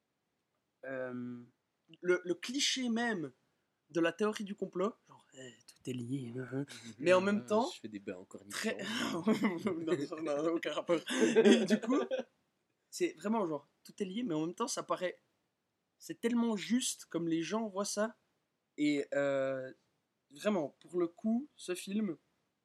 Euh, le, le cliché même de la théorie du complot, genre eh, tout est lié, hein, hein. Mais en même temps, je fais des bains en cornichons. très... non, ça n'a aucun rapport. Et du coup, c'est vraiment genre tout est lié, mais en même temps, ça paraît, c'est tellement juste comme les gens voient ça. Et euh, vraiment, pour le coup, ce film,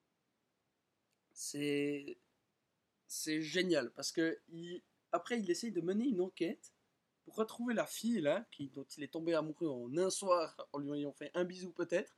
c'est c'est génial parce que il... après, il essaye de mener une enquête pour retrouver la fille là, qui, dont il est tombé amoureux en un soir, en lui ayant fait un bisou peut-être.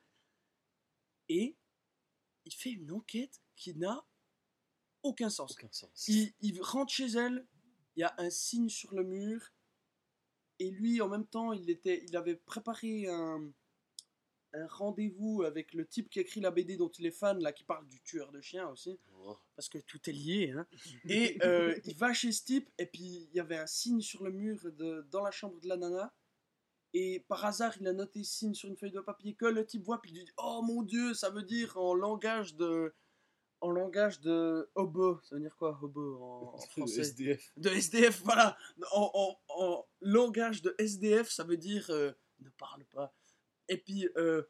Et il fait une enquête qui n'a aucun sens. Aucun sens. Il, il rentre chez elle, il y a un signe sur le mur, et lui, en même temps, il, était, il avait préparé un, un rendez-vous avec le type qui écrit la B D dont il est fan, là, qui parle du tueur de chiens aussi, Oh. parce que tout est lié. Hein. Et euh, il va chez ce type, et puis il y avait un signe sur le mur de, dans la chambre de la nana. Et par hasard, il a noté signe sur une feuille de papier que le type voit, puis il dit oh mon dieu, ça veut dire en langage de. En langage de hobo. Ça veut dire quoi, hobo en, en français? S D F. De S D F, voilà. En, en, en langage de S D F, ça veut dire euh, ne parle pas. Et puis. Euh,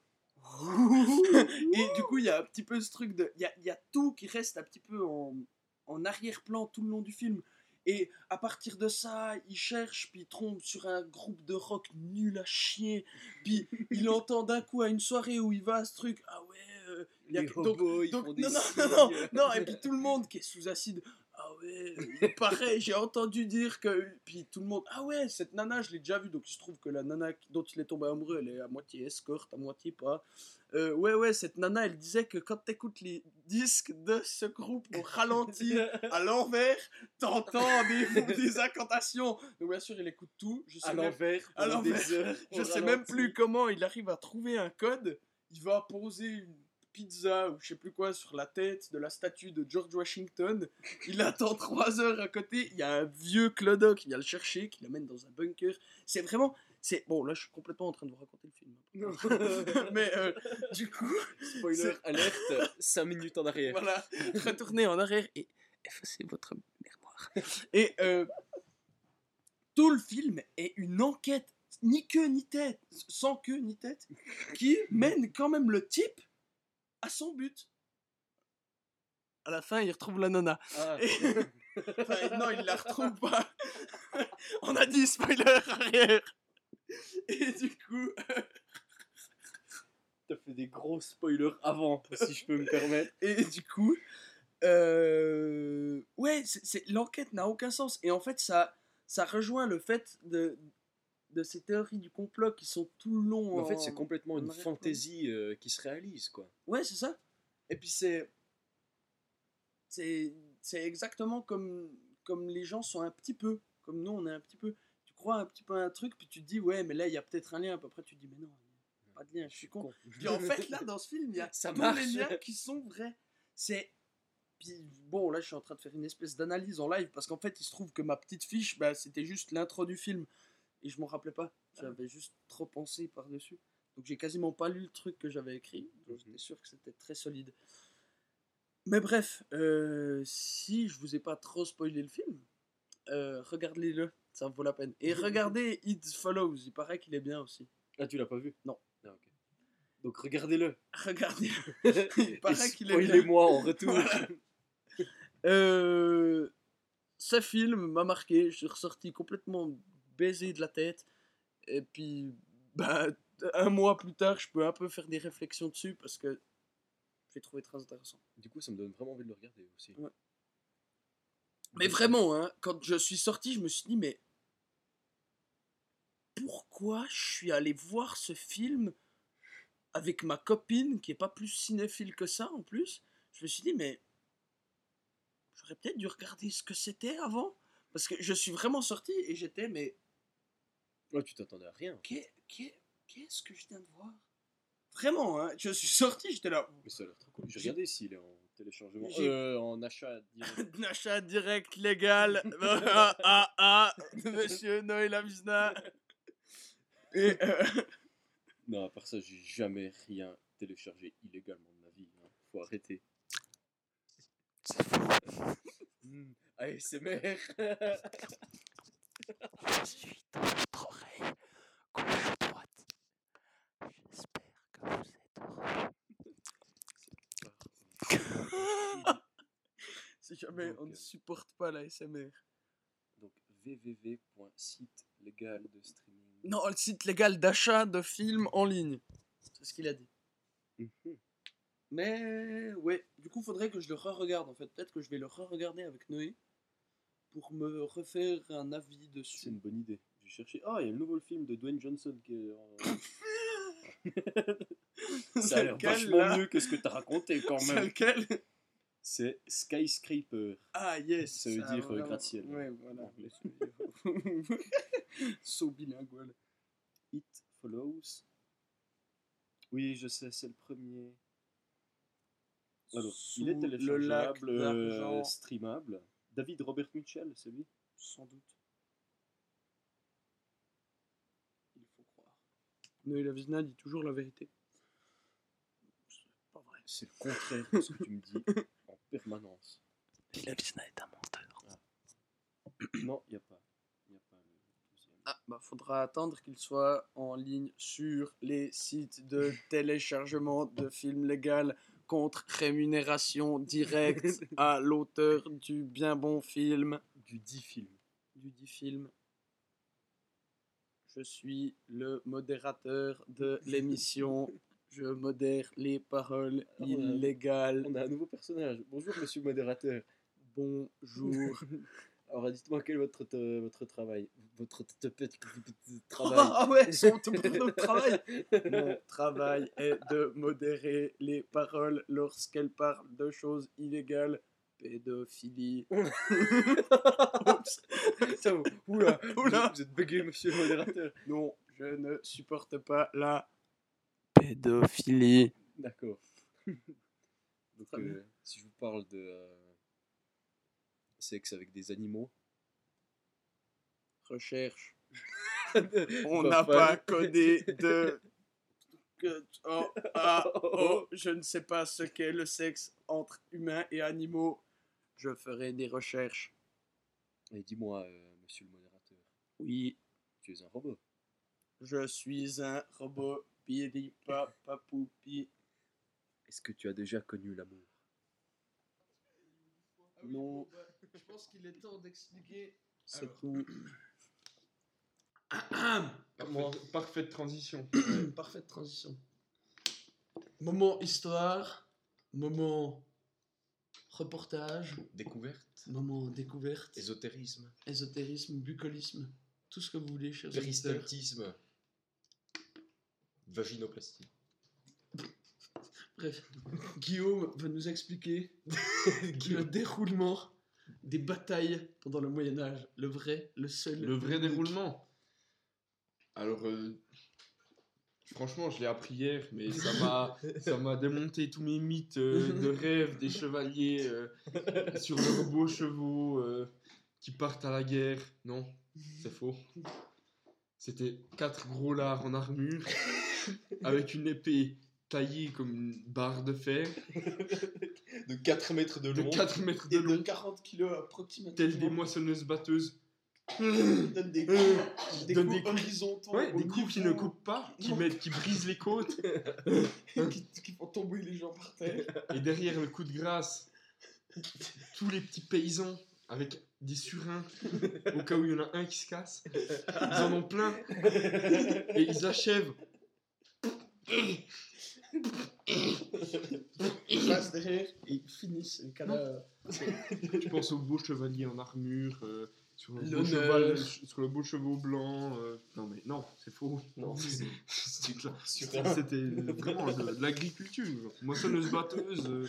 et du coup, il y a un petit peu ce truc de. Il y a, y a tout qui reste un petit peu en, en arrière-plan tout le long du film. Et à partir de ça, il cherche, puis il tombe sur un groupe de rock nul à chier. Puis il entend d'un coup à une soirée où il va à ce truc. Ah ouais, euh, y a Les donc, hobos, ils donc, font des non, non, signes. non, non, non, et puis tout le monde qui est sous acide. Ah ouais, euh, pareil, j'ai entendu dire que. Puis tout le monde. Ah ouais, cette nana, je l'ai déjà vue. Donc il se trouve que la nana dont il est tombé amoureux, elle est à moitié escorte, à moitié pas. Euh, ouais, ouais, cette nana, elle disait que quand t'écoutes les disques de ce groupe au ralenti, à l'envers, t'entends des, des incantations. Donc bien sûr, il écoute tout. Je sais À même, l'envers, à pendant des l'envers. heures, je au sais même ralenti. plus comment il arrive à trouver un code. Il va poser une pizza ou je sais plus quoi sur la tête de la statue de George Washington. Il attend trois heures à côté. Il y a un vieux clodo qui vient le chercher, qui l'amène dans un bunker. C'est vraiment... C'est... Bon, là, je suis complètement en train de vous raconter le film. Mais euh, du coup... Spoiler c'est- alerte, cinq minutes en arrière. Voilà, retournez en arrière et effacez votre mémoire. Et euh, tout le film est une enquête ni queue ni tête, sans queue ni tête, qui mène quand même le type à son but. À la fin, il retrouve la nana. Ah. Et... enfin, non, il la retrouve pas. On a dit spoiler arrière. Et du coup... T'as fait des gros spoilers avant, si je peux me permettre. Et du coup... Euh... Ouais, c'est, c'est... l'enquête n'a aucun sens. Et en fait, ça, ça rejoint le fait de... de ces théories du complot qui sont tout le long. Mais en en... fait, c'est complètement en une arrière-plan. fantaisie euh, qui se réalise, quoi. Ouais, c'est ça. Et puis c'est. C'est, c'est exactement comme, comme les gens sont un petit peu. Comme nous, on est un petit peu. Tu crois un petit peu à un truc, puis tu te dis, ouais, mais là, il y a peut-être un lien. Puis après, tu te dis, mais non, pas de lien, je suis con. Puis en fait, là, dans ce film, il y a Ça tous marche. les liens qui sont vrais. C'est. Puis bon, là, je suis en train de faire une espèce d'analyse en live, parce qu'en fait, il se trouve que ma petite fiche, bah, c'était juste l'intro du film. Et je m'en rappelais pas. J'avais juste trop pensé par-dessus. Donc j'ai quasiment pas lu le truc que j'avais écrit. Donc j'étais sûr que c'était très solide. Mais bref, euh, si je vous ai pas trop spoilé le film, euh, regardez-le, ça vaut la peine. Et regardez It Follows, il paraît qu'il est bien aussi. Ah, tu l'as pas vu? Non. Ah, ok. Donc regardez-le. Regardez-le. Il paraît qu'il est bien. Spoilez-moi en retour. Voilà. euh, ce film m'a marqué, je suis ressorti complètement baisé de la tête. Et puis, bah, un mois plus tard, je peux un peu faire des réflexions dessus parce que j'ai trouvé très intéressant. Du coup, ça me donne vraiment envie de le regarder aussi. Ouais. Mais vraiment, hein, quand je suis sorti, je me suis dit, mais pourquoi je suis allé voir ce film avec ma copine qui est pas plus cinéphile que ça en plus? Je me suis dit, mais j'aurais peut-être dû regarder ce que c'était avant. Parce que je suis vraiment sorti et j'étais, mais Ouais, tu t'attendais à rien. qu'est- qu'est- qu'est-ce que je viens de voir? Vraiment, hein, je suis sorti, j'étais là. Mais ça a l'air trop cool. J'ai regardé s'il est en téléchargement. J'ai- Euh, en achat direct. Un achat direct légal. ah, ah, ah, monsieur Noël Avizna. Et euh, Non, à part ça, j'ai jamais rien téléchargé illégalement de ma vie. Hein. Faut arrêter. c'est fou. Mmh. A S M R. Je suis dans votre oreille, gauche droite. J'espère que vous êtes heureux. Si jamais Donc, on ne euh, supporte pas la S M R. Donc www point site légal de streaming. Non, le site légal d'achat de films en ligne. C'est ce qu'il a dit. Mhm. Mais ouais, du coup, faudrait que je le re-regarde en fait. Peut-être que je vais le re-regarder avec Noé pour me refaire un avis C'est dessus. une bonne idée. J'ai cherché. Ah, il y a le nouveau film de Dwayne Johnson qui est. En... Ça a l'air Lequel, vachement là mieux que ce que t'as raconté quand C'est même. lequel? C'est Skyscraper. Ah yes. Ça veut a dire, euh, vraiment- gratte-ciel. Ouais, voilà. En anglais. So bilingual. It Follows. Oui, je sais, c'est le premier. Alors, Sous il est le lac téléchargeable, euh, d'argent. streamable. David Robert Mitchell, c'est lui. Sans doute. Il faut croire. Noé Lavizna dit toujours la vérité. C'est pas vrai. C'est le contraire de ce que tu me dis en permanence. Noé Lavizna est un menteur. Non, il n'y a pas. Y a pas le deuxième. Ah, bah faudra attendre qu'il soit en ligne sur les sites de téléchargement de films légal contre rémunération directe à l'auteur du bien bon film. Du dit film. Du dit film. Je suis le modérateur de l'émission. Je modère les paroles Ah, ouais. illégales. On a un nouveau personnage. Bonjour, monsieur modérateur. Bonjour. Alors, dites-moi quel est votre, euh, votre travail. Votre t- t- t- t- Ah travail. ouais, son notre travail. Mon travail est de modérer les paroles lorsqu'elles parlent de choses illégales. Pédophilie. Oups. Ça va. Oula, Oula. Vous êtes bugué, monsieur le modérateur. Non, je ne supporte pas la pédophilie. D'accord. Donc, Très bien. euh, si je vous parle de euh, sexe avec des animaux, Recherche. on On n'a pas codé de... que- Oh, ah, oh, je ne sais pas ce qu'est le sexe entre humains et animaux. Je ferai des recherches. Et dis-moi, euh, monsieur le modérateur, Oui, tu es un robot. Je suis un robot. Piri papa poupi. Est-ce que tu as déjà connu l'amour? Ah oui, Non. bon, bah, je pense qu'il est temps d'expliquer. C'est Alors. tout. Parfaite, parfaite transition. Parfaite transition. Moment histoire, moment reportage, Découverte, moment découverte, ésotérisme, ésotérisme, bucolisme, tout ce que vous voulez, chers auditeurs. péristaltisme, vaginoplastie. Bref, Guillaume va nous expliquer le déroulement des batailles pendant le Moyen-Âge. Le vrai, le seul. Le vrai l'unique. déroulement. Alors, euh, franchement, je l'ai appris hier, mais ça m'a, ça m'a démonté tous mes mythes euh, de rêve des chevaliers euh, sur leurs beaux chevaux euh, qui partent à la guerre. Non, c'est faux. C'était quatre gros lards en armure avec une épée taillée comme une barre de fer De quatre mètres de de long. quatre mètres de Et de long, quarante kilos approximativement. telles des moissonneuses-batteuses. Ils donnent des coups, des Donne coups des- horizontaux. Ouais, au des coups qui ne niveau, coupent pas, qui, Non. mettent, qui brisent les côtes. qui, qui font tomber les gens par terre. Et derrière le coup de grâce, tous les petits paysans avec des surins, au cas où il y en a un qui se casse, ils en ont plein. Et ils achèvent. Ils passent derrière et ils finissent le cadavre. Je pense au beau chevalier en armure, euh, sur, le beau L'honneur. cheval, sur le beau chevaux blanc. euh, Non mais non, c'est faux. Non, c'est C'était cla- surin. C'était vraiment de, de l'agriculture. Moissonneuse batteuse. euh,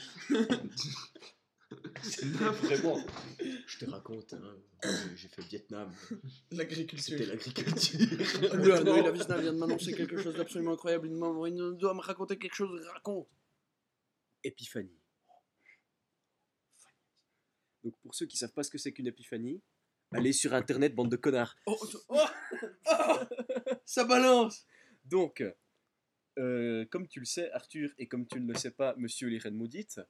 Vraiment. Je te raconte, hein, j'ai- j'ai fait Vietnam. L'agriculture. C'était l'agriculture. Le Noël Avisna vient de m'annoncer quelque chose d'absolument incroyable. Il, m'a- il doit me raconter quelque chose. Raconte. Épiphanie. Donc pour ceux qui savent pas ce que c'est qu'une épiphanie, allez sur internet, bande de connards. Oh, oh, oh, ça balance. Donc, euh, comme tu le sais, Arthur, et comme tu ne le sais pas, monsieur les reines maudites,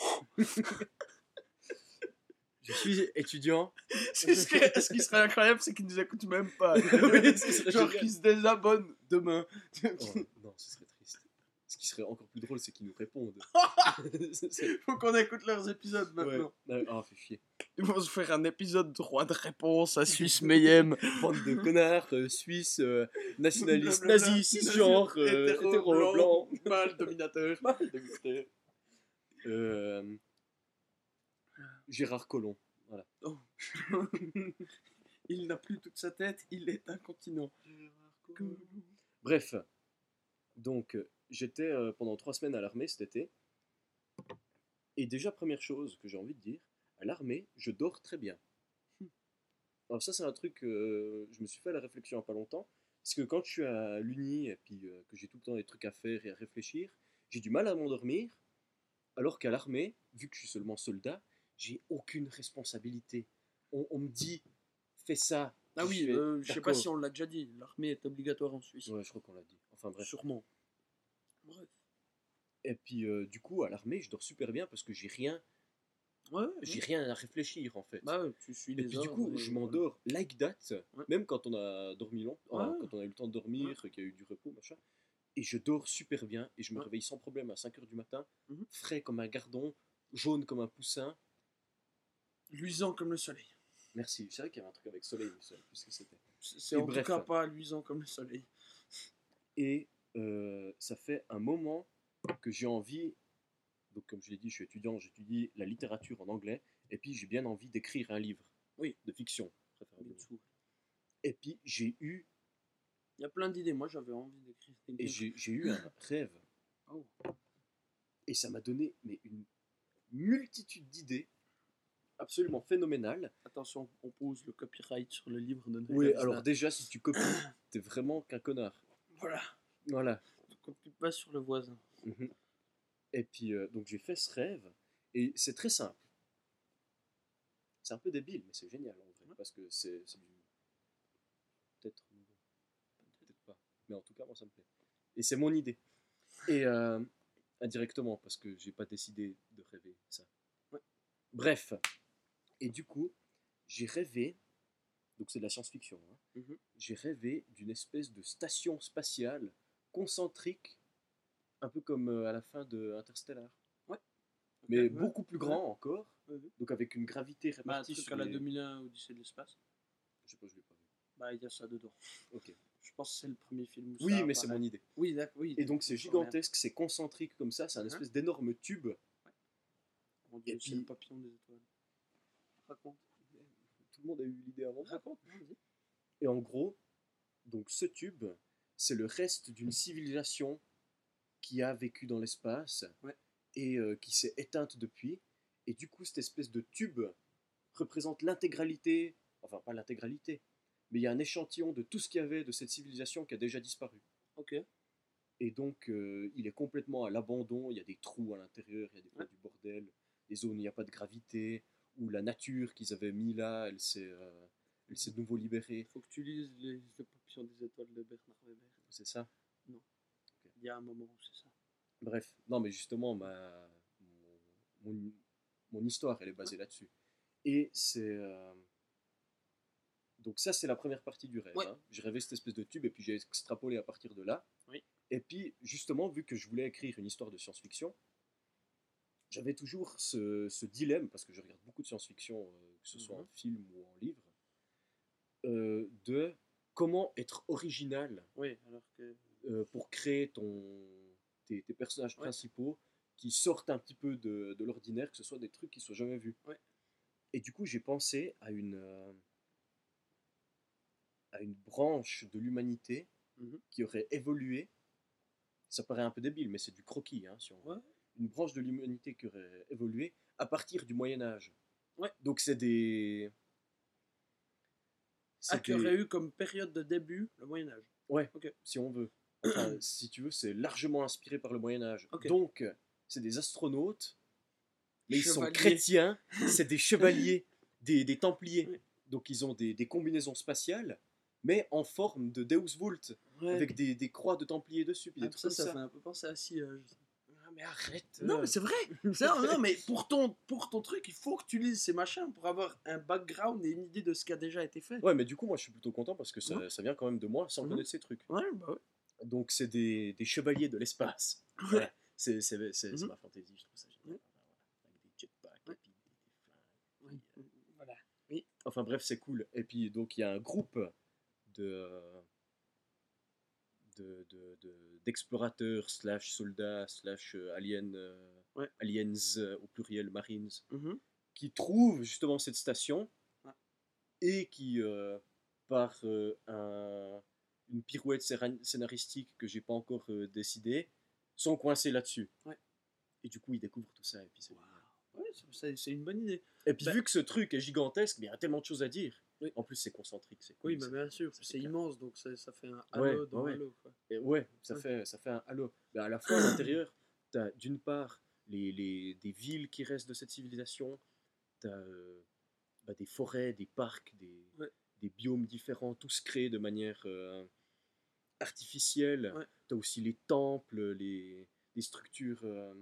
je suis étudiant. C'est ce, que- ce qui serait incroyable, c'est qu'il nous écoute même pas. Oui, ce serait Genre génial. qu'il se désabonne demain. Oh, non, ce serait triste. Ce qui serait encore plus drôle, c'est qu'ils nous répondent. C'est- Faut qu'on écoute leurs épisodes ouais. maintenant. Ouais. Ah, fait chier. Ils vont se faire un épisode droit de réponse à Suisse Mayhem. Bande de connards, euh, suisses, euh, nationalistes, Blablabla. nazis, cisgenres, euh, Hétéro, hétéro, blanc, blancs. mâle, dominateur. Euh, Gérard Collomb. Voilà. Oh. Il n'a plus toute sa tête, il est incontinent. Bref, donc euh, j'étais euh, pendant trois semaines à l'armée cet été. Et déjà, première chose que j'ai envie de dire, à l'armée, je dors très bien. Alors ça, c'est un truc, euh, je me suis fait la réflexion il n'y a pas longtemps. Parce que quand je suis à l'uni et puis euh, que j'ai tout le temps des trucs à faire et à réfléchir, j'ai du mal à m'endormir. Alors qu'à l'armée, vu que je suis seulement soldat, j'ai aucune responsabilité. On, on me dit, fais ça. Ah oui, fais, euh, je sais pas d'accord. si on l'a déjà dit, l'armée est obligatoire en Suisse. Ouais, je crois qu'on l'a dit. Enfin bref. Sûrement. Bref. Et puis euh, du coup, à l'armée, je dors super bien parce que j'ai rien, Ouais, j'ai rien à réfléchir en fait. Bah ouais, tu suis Et les puis du ordres coup, et je voilà. m'endors like that, Ouais. même quand on a dormi long, enfin, Ouais. quand on a eu le temps de dormir, qu'il y a eu du repos, machin. Et je dors super bien et je me Ouais. réveille sans problème à cinq heures du matin, Mhm. frais comme un gardon, jaune comme un poussin. Luisant comme le soleil. Merci. C'est vrai qu'il y avait un truc avec soleil, mais je savais plus ce que c'était. C'est c'est Et en bref. tout cas pas luisant comme le soleil. Et euh, ça fait un moment que j'ai envie, donc comme je l'ai dit, je suis étudiant, j'étudie la littérature en anglais, et puis j'ai bien envie d'écrire un livre, Oui. de fiction, préférablement. Mitsu. Et puis j'ai eu, Il y a plein d'idées. Moi, j'avais envie d'écrire des et livres. j'ai j'ai eu un rêve, Oh. et ça m'a donné mais une multitude d'idées absolument phénoménales. Attention, on pose le copyright sur le livre de Noël Oui, Avisna. alors déjà, si tu copies, t'es vraiment qu'un connard. Voilà. Voilà. Ne copie pas sur le voisin. Mhm. Et puis, euh, donc j'ai fait ce rêve, et c'est très simple. C'est un peu débile, mais c'est génial en vrai, parce que c'est c'est du. Peut-être. Peut-être pas. Mais en tout cas, moi ça me plaît. Et c'est mon idée. Et euh, indirectement, parce que j'ai pas décidé de rêver ça. Ouais. Bref. Et du coup, j'ai rêvé. donc c'est de la science-fiction, hein. Mhm. J'ai rêvé d'une espèce de station spatiale concentrique, un peu comme euh, à la fin de Interstellar. Ouais. Mais Ouais, beaucoup plus ouais. grand encore, Ouais, ouais. donc avec une gravité Bah, un répartie truc sur à la les... deux mille un Odyssée de l'espace. Je sais pas, je l'ai pas vu. Bah, il y a ça dedans. Ok. Je pense que c'est le premier film où Oui, ça mais c'est apparaît. mon idée. Oui, d'accord. Oui, Et donc c'est je vois bien. gigantesque, c'est concentrique comme ça, c'est un Mhm. espèce d'énorme tube. Mon Dieu, Et c'est puis- le papillon des étoiles. Raconte. Tout le monde a eu l'idée avant. Raconte, non, vas-y. Et en gros, donc ce tube, c'est le reste d'une civilisation qui a vécu dans l'espace Ouais. et euh, qui s'est éteinte depuis. Et du coup, cette espèce de tube représente l'intégralité, enfin pas l'intégralité, mais il y a un échantillon de tout ce qu'il y avait de cette civilisation qui a déjà disparu. Ok. Et donc, euh, il est complètement à l'abandon. Il y a des trous à l'intérieur, il y a des fois Ouais. du bordel, des zones où il n'y a pas de gravité, où la nature qu'ils avaient mis là, elle s'est, euh, elle s'est de nouveau libérée. Faut que tu lises les, Le papillon des étoiles de Bernard Weber. C'est ça. Il y a un moment où c'est ça. Bref, non, mais justement, ma, mon, mon- mon histoire, elle est basée là-dessus. Et c'est. euh, Donc, ça, c'est la première partie du rêve. Ouais. Hein. J'ai rêvé cette espèce de tube, et puis j'ai extrapolé à partir de là. Oui. Et puis, justement, vu que je voulais écrire une histoire de science-fiction, j'avais toujours ce, ce dilemme, parce que je regarde beaucoup de science-fiction, euh, que ce soit Mhm. en film ou en livre, euh, de comment être original Oui, alors que. euh, pour créer ton, tes, tes personnages Ouais. principaux qui sortent un petit peu de, de l'ordinaire, que ce soit des trucs qui soient jamais vus. Ouais. Et du coup, j'ai pensé à une, euh, à une branche de l'humanité Mhm. qui aurait évolué. Ça paraît un peu débile, mais c'est du croquis, hein, si on veut. Ouais. Une branche de l'humanité qui aurait évolué à partir du Moyen Âge. Ouais. Donc c'est des... Ah, c'est qui des- aurait eu comme période de début le Moyen-Âge. Ouais, Ok. si on veut. Enfin, si tu veux, c'est largement inspiré par le Moyen Âge. Ok. Donc, c'est des astronautes, mais ils sont Chevaliers. chrétiens, c'est des chevaliers, des, des templiers. Oui. Donc ils ont des, des combinaisons spatiales, mais en forme de Deus Vult, Ouais. avec des, des croix de templiers dessus, puis Ah, des trucs ça, comme ça ça. fait un peu penser à Sillage. Ah, mais arrête Non, euh. mais c'est vrai. C'est- non, non, mais pour ton, pour ton truc, il faut que tu lises ces machins pour avoir un background et une idée de ce qui a déjà été fait. Ouais, mais du coup, moi, je suis plutôt content parce que ça, Ouais. ça vient quand même de moi, sans Mhm. connaître ces trucs. Ouais, bah ouais. Donc, c'est des, des chevaliers de l'espace. Ouais. Voilà. C'est c'est- c'est- c'est Mhm. ma fantaisie, je trouve ça génial. Ouais. Voilà. Avec des jetpacks Ouais. et puis des, des flingues. Ouais. Voilà. Enfin bref, c'est cool. Et puis donc il y a un groupe de de- de- de- d'explorateurs slash soldats slash euh, aliens, euh, Ouais. aliens euh, au pluriel marines, Mhm. qui trouvent justement cette station Ouais. et qui euh, par euh, un- une pirouette scéra- scénaristique que j'ai pas encore euh, décidé, sont coincés là-dessus. Ouais. Et du coup ils découvrent tout ça et puis c'est génial. Ouais, c'est- c'est c'est une bonne idée. Et puis Bah- vu que ce truc est gigantesque, mais il y a tellement de choses à dire. Oui. En plus c'est concentrique, c'est cool. Oui, mais c'est- bien sûr, ça c'est fait immense, donc ça, ça fait un Ouais, halo dans ouais, ouais. halo. Quoi. Et ouais, ça, Ouais. Fait, ça fait un halo. Mais à la fois, à l'intérieur, tu as d'une part les, les, des villes qui restent de cette civilisation, tu as bah, des forêts, des parcs, des, Ouais. des biomes différents, tous créés de manière euh, artificielle. Ouais. Tu as aussi les temples, les, les structures euh,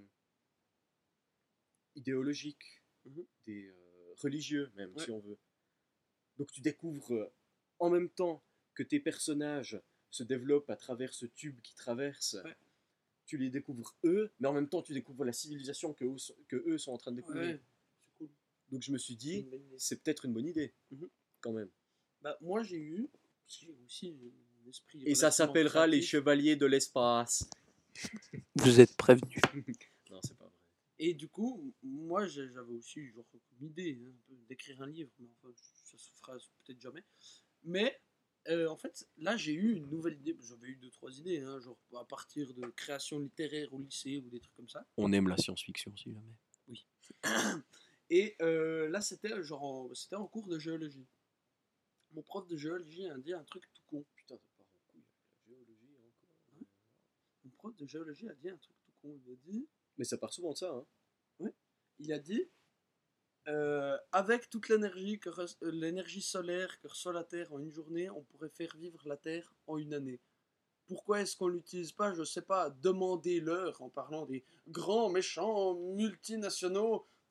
idéologiques, Mhm. des euh, religieux même, Ouais. si on veut. Donc tu découvres euh, en même temps que tes personnages se développent à travers ce tube qui traverse. Ouais. Tu les découvres eux, mais en même temps tu découvres la civilisation que eux, sont- que eux sont en train de découvrir. Ouais, c'est cool. Donc je me suis C'est dit, une bonne idée. c'est peut-être une bonne idée, Mhm. quand même. Bah, moi, j'ai eu j'ai aussi un esprit. Et ça relativement s'appellera les créatif. Chevaliers de l'espace. Vous êtes prévenus. Non, c'est pas vrai. Et du coup, moi, j'ai- j'avais aussi genre comme idée hein, un peu d'écrire un livre, mais enfin, ça se fera peut-être jamais. Mais euh, en fait, là, j'ai eu une nouvelle idée. J'avais eu deux, trois idées, hein, genre à partir de création littéraire au lycée ou des trucs comme ça. On aime la science-fiction, si jamais. Et euh, là, c'était genre, en- c'était en cours de géologie. Mon prof de géologie a dit un truc tout con. Putain, ça part en couille avec la géologie encore. Mon prof de géologie a dit un truc tout con. Il a dit, Mais ça part souvent de ça, hein. il a dit, euh, avec toute l'énergie que re- euh, l'énergie solaire que reçoit la Terre en une journée, on pourrait faire vivre la Terre en une année. Pourquoi est-ce qu'on l'utilise pas? Je sais pas. Demandez-leur en parlant des grands méchants multinationaux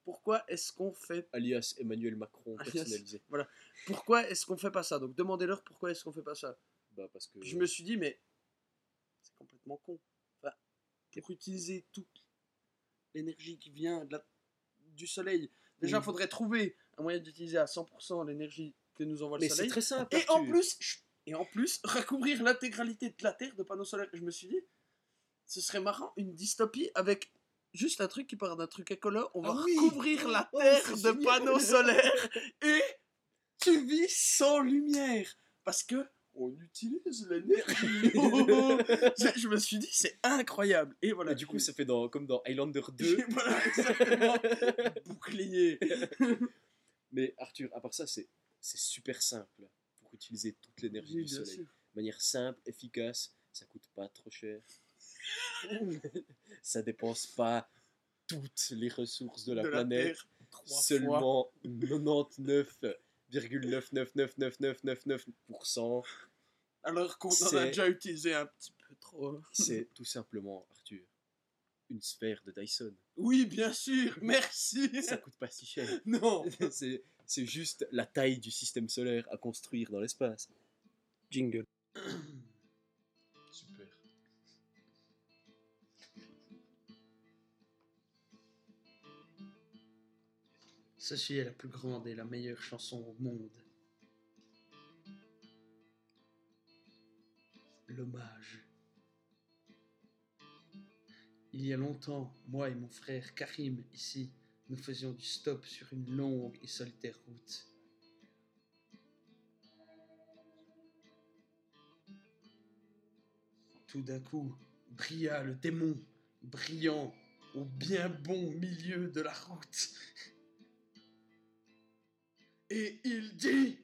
Pourquoi est-ce qu'on fait Alias Emmanuel Macron Alias- personnalisé. Pourquoi est-ce qu'on fait pas ça? Donc demandez-leur pourquoi est-ce qu'on fait pas ça. Bah parce que... Puis je me suis dit, mais c'est complètement con. Enfin, pour utiliser toute l'énergie qui vient de la- du soleil, déjà, il Mm. faudrait trouver un moyen d'utiliser à cent pour cent l'énergie que nous envoie le Mais c'est soleil. très simple, Et en Arthur. plus, chut, et en plus, recouvrir l'intégralité de la Terre de panneaux solaires. Je me suis dit, ce serait marrant, une dystopie avec juste un truc qui part d'un truc écolo. On va Ah oui. recouvrir la Oh, Terre c'est de génial. panneaux solaires et tu vis sans lumière. Parce que on utilise l'énergie. je, je me suis dit, c'est incroyable. Et voilà. Et du coup, ça fait dans, comme dans Highlander deux. Voilà, exactement. Bouclier. Mais Arthur, à part ça, c'est c'est super simple pour utiliser toute l'énergie Oui, du bien soleil. sûr. De manière simple, efficace, ça coûte pas trop cher. Ça dépense pas toutes les ressources de la De planète. Terre, trois fois. Seulement quatre-vingt-dix-neuf virgule neuf neuf neuf neuf neuf neuf neuf pour cent. Alors qu'on en a C'est- déjà utilisé un petit peu trop. C'est tout simplement, Arthur, une sphère de Dyson. Oui, bien sûr, merci. Ça coûte pas si cher. Non. C'est c'est juste la taille du système solaire à construire dans l'espace. Jingle. Super. Ceci est la plus grande et la meilleure chanson au monde. L'hommage. Il y a longtemps, moi et mon frère Karim, ici, nous faisions du stop sur une longue et solitaire route. Tout d'un coup, brilla le démon, brillant au bien bon milieu de la route. Et il dit: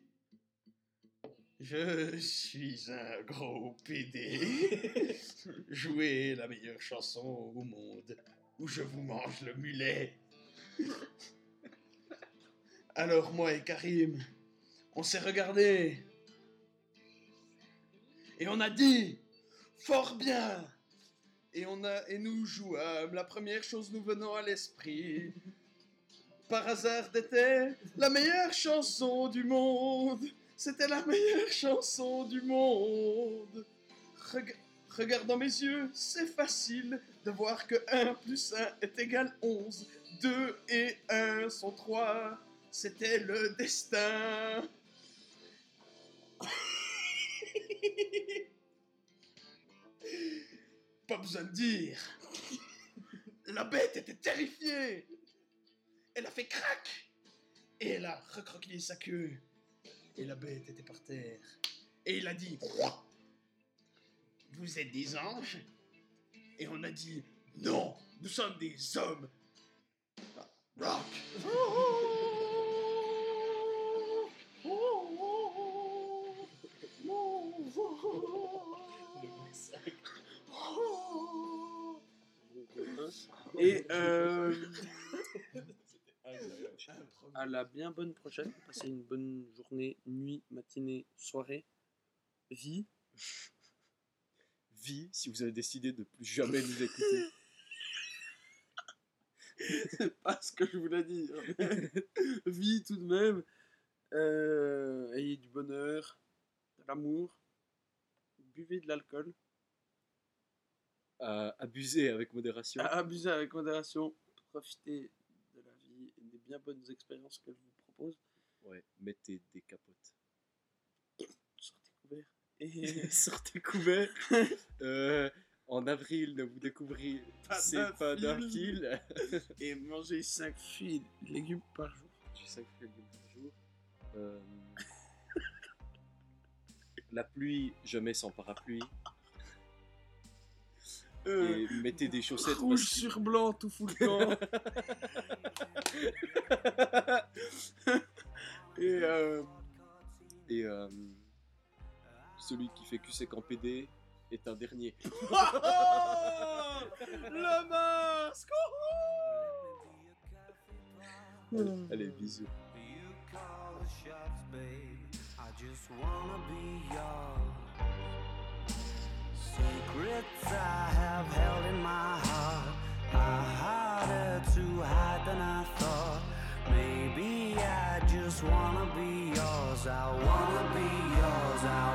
je suis un gros pédé. Jouez la meilleure chanson au monde, où je vous mange le mulet. Alors moi et Karim, on s'est regardés. Et on a dit: fort bien. Et, on a, et nous jouâmes la première chose nous venant à l'esprit. Par hasard d'était la meilleure chanson du monde. C'était la meilleure chanson du monde. Reg- regarde dans mes yeux, c'est facile de voir que un plus un est égal onze. deux et un sont trois. C'était le destin. Pas besoin de dire. La bête était terrifiée. Elle a fait crac. Et elle a recroquevillé sa queue. Et la bête était par terre. Et il a dit: vous êtes des anges? Et on a dit: non, nous sommes des hommes. Rock. Et euh, à la bien bonne prochaine. Passez une bonne journée, nuit, matinée, soirée. Vie. Vie, si vous avez décidé de plus jamais nous écouter. C'est pas ce que je voulais dire. Vie tout de même. Euh, ayez du bonheur, de l'amour. Buvez de l'alcool. À abuser avec modération. Abusez avec modération. Profitez de la vie et des bien bonnes expériences qu'elle vous propose. Ouais, mettez des capotes. Sortez couverts. Et Sortez couverts. Euh, en avril, ne vous découvrez Pas c'est d'un pas d'un fil. fil. et mangez cinq fruits et légumes par jour. J'ai cinq fruits et légumes par jour. Euh, La pluie, je mets sans parapluie. Euh, Et mettez des chaussettes rouge parce que- sur blanc, tout fout le camp. et euh, Et euh, celui qui fait Q C qu'en P D est un dernier. le masque. Allez, allez, bisous. You call the shots, babe. I just wanna be yours. Secrets I have held in my heart are harder to hide than I thought. yours, I wanna be yours, I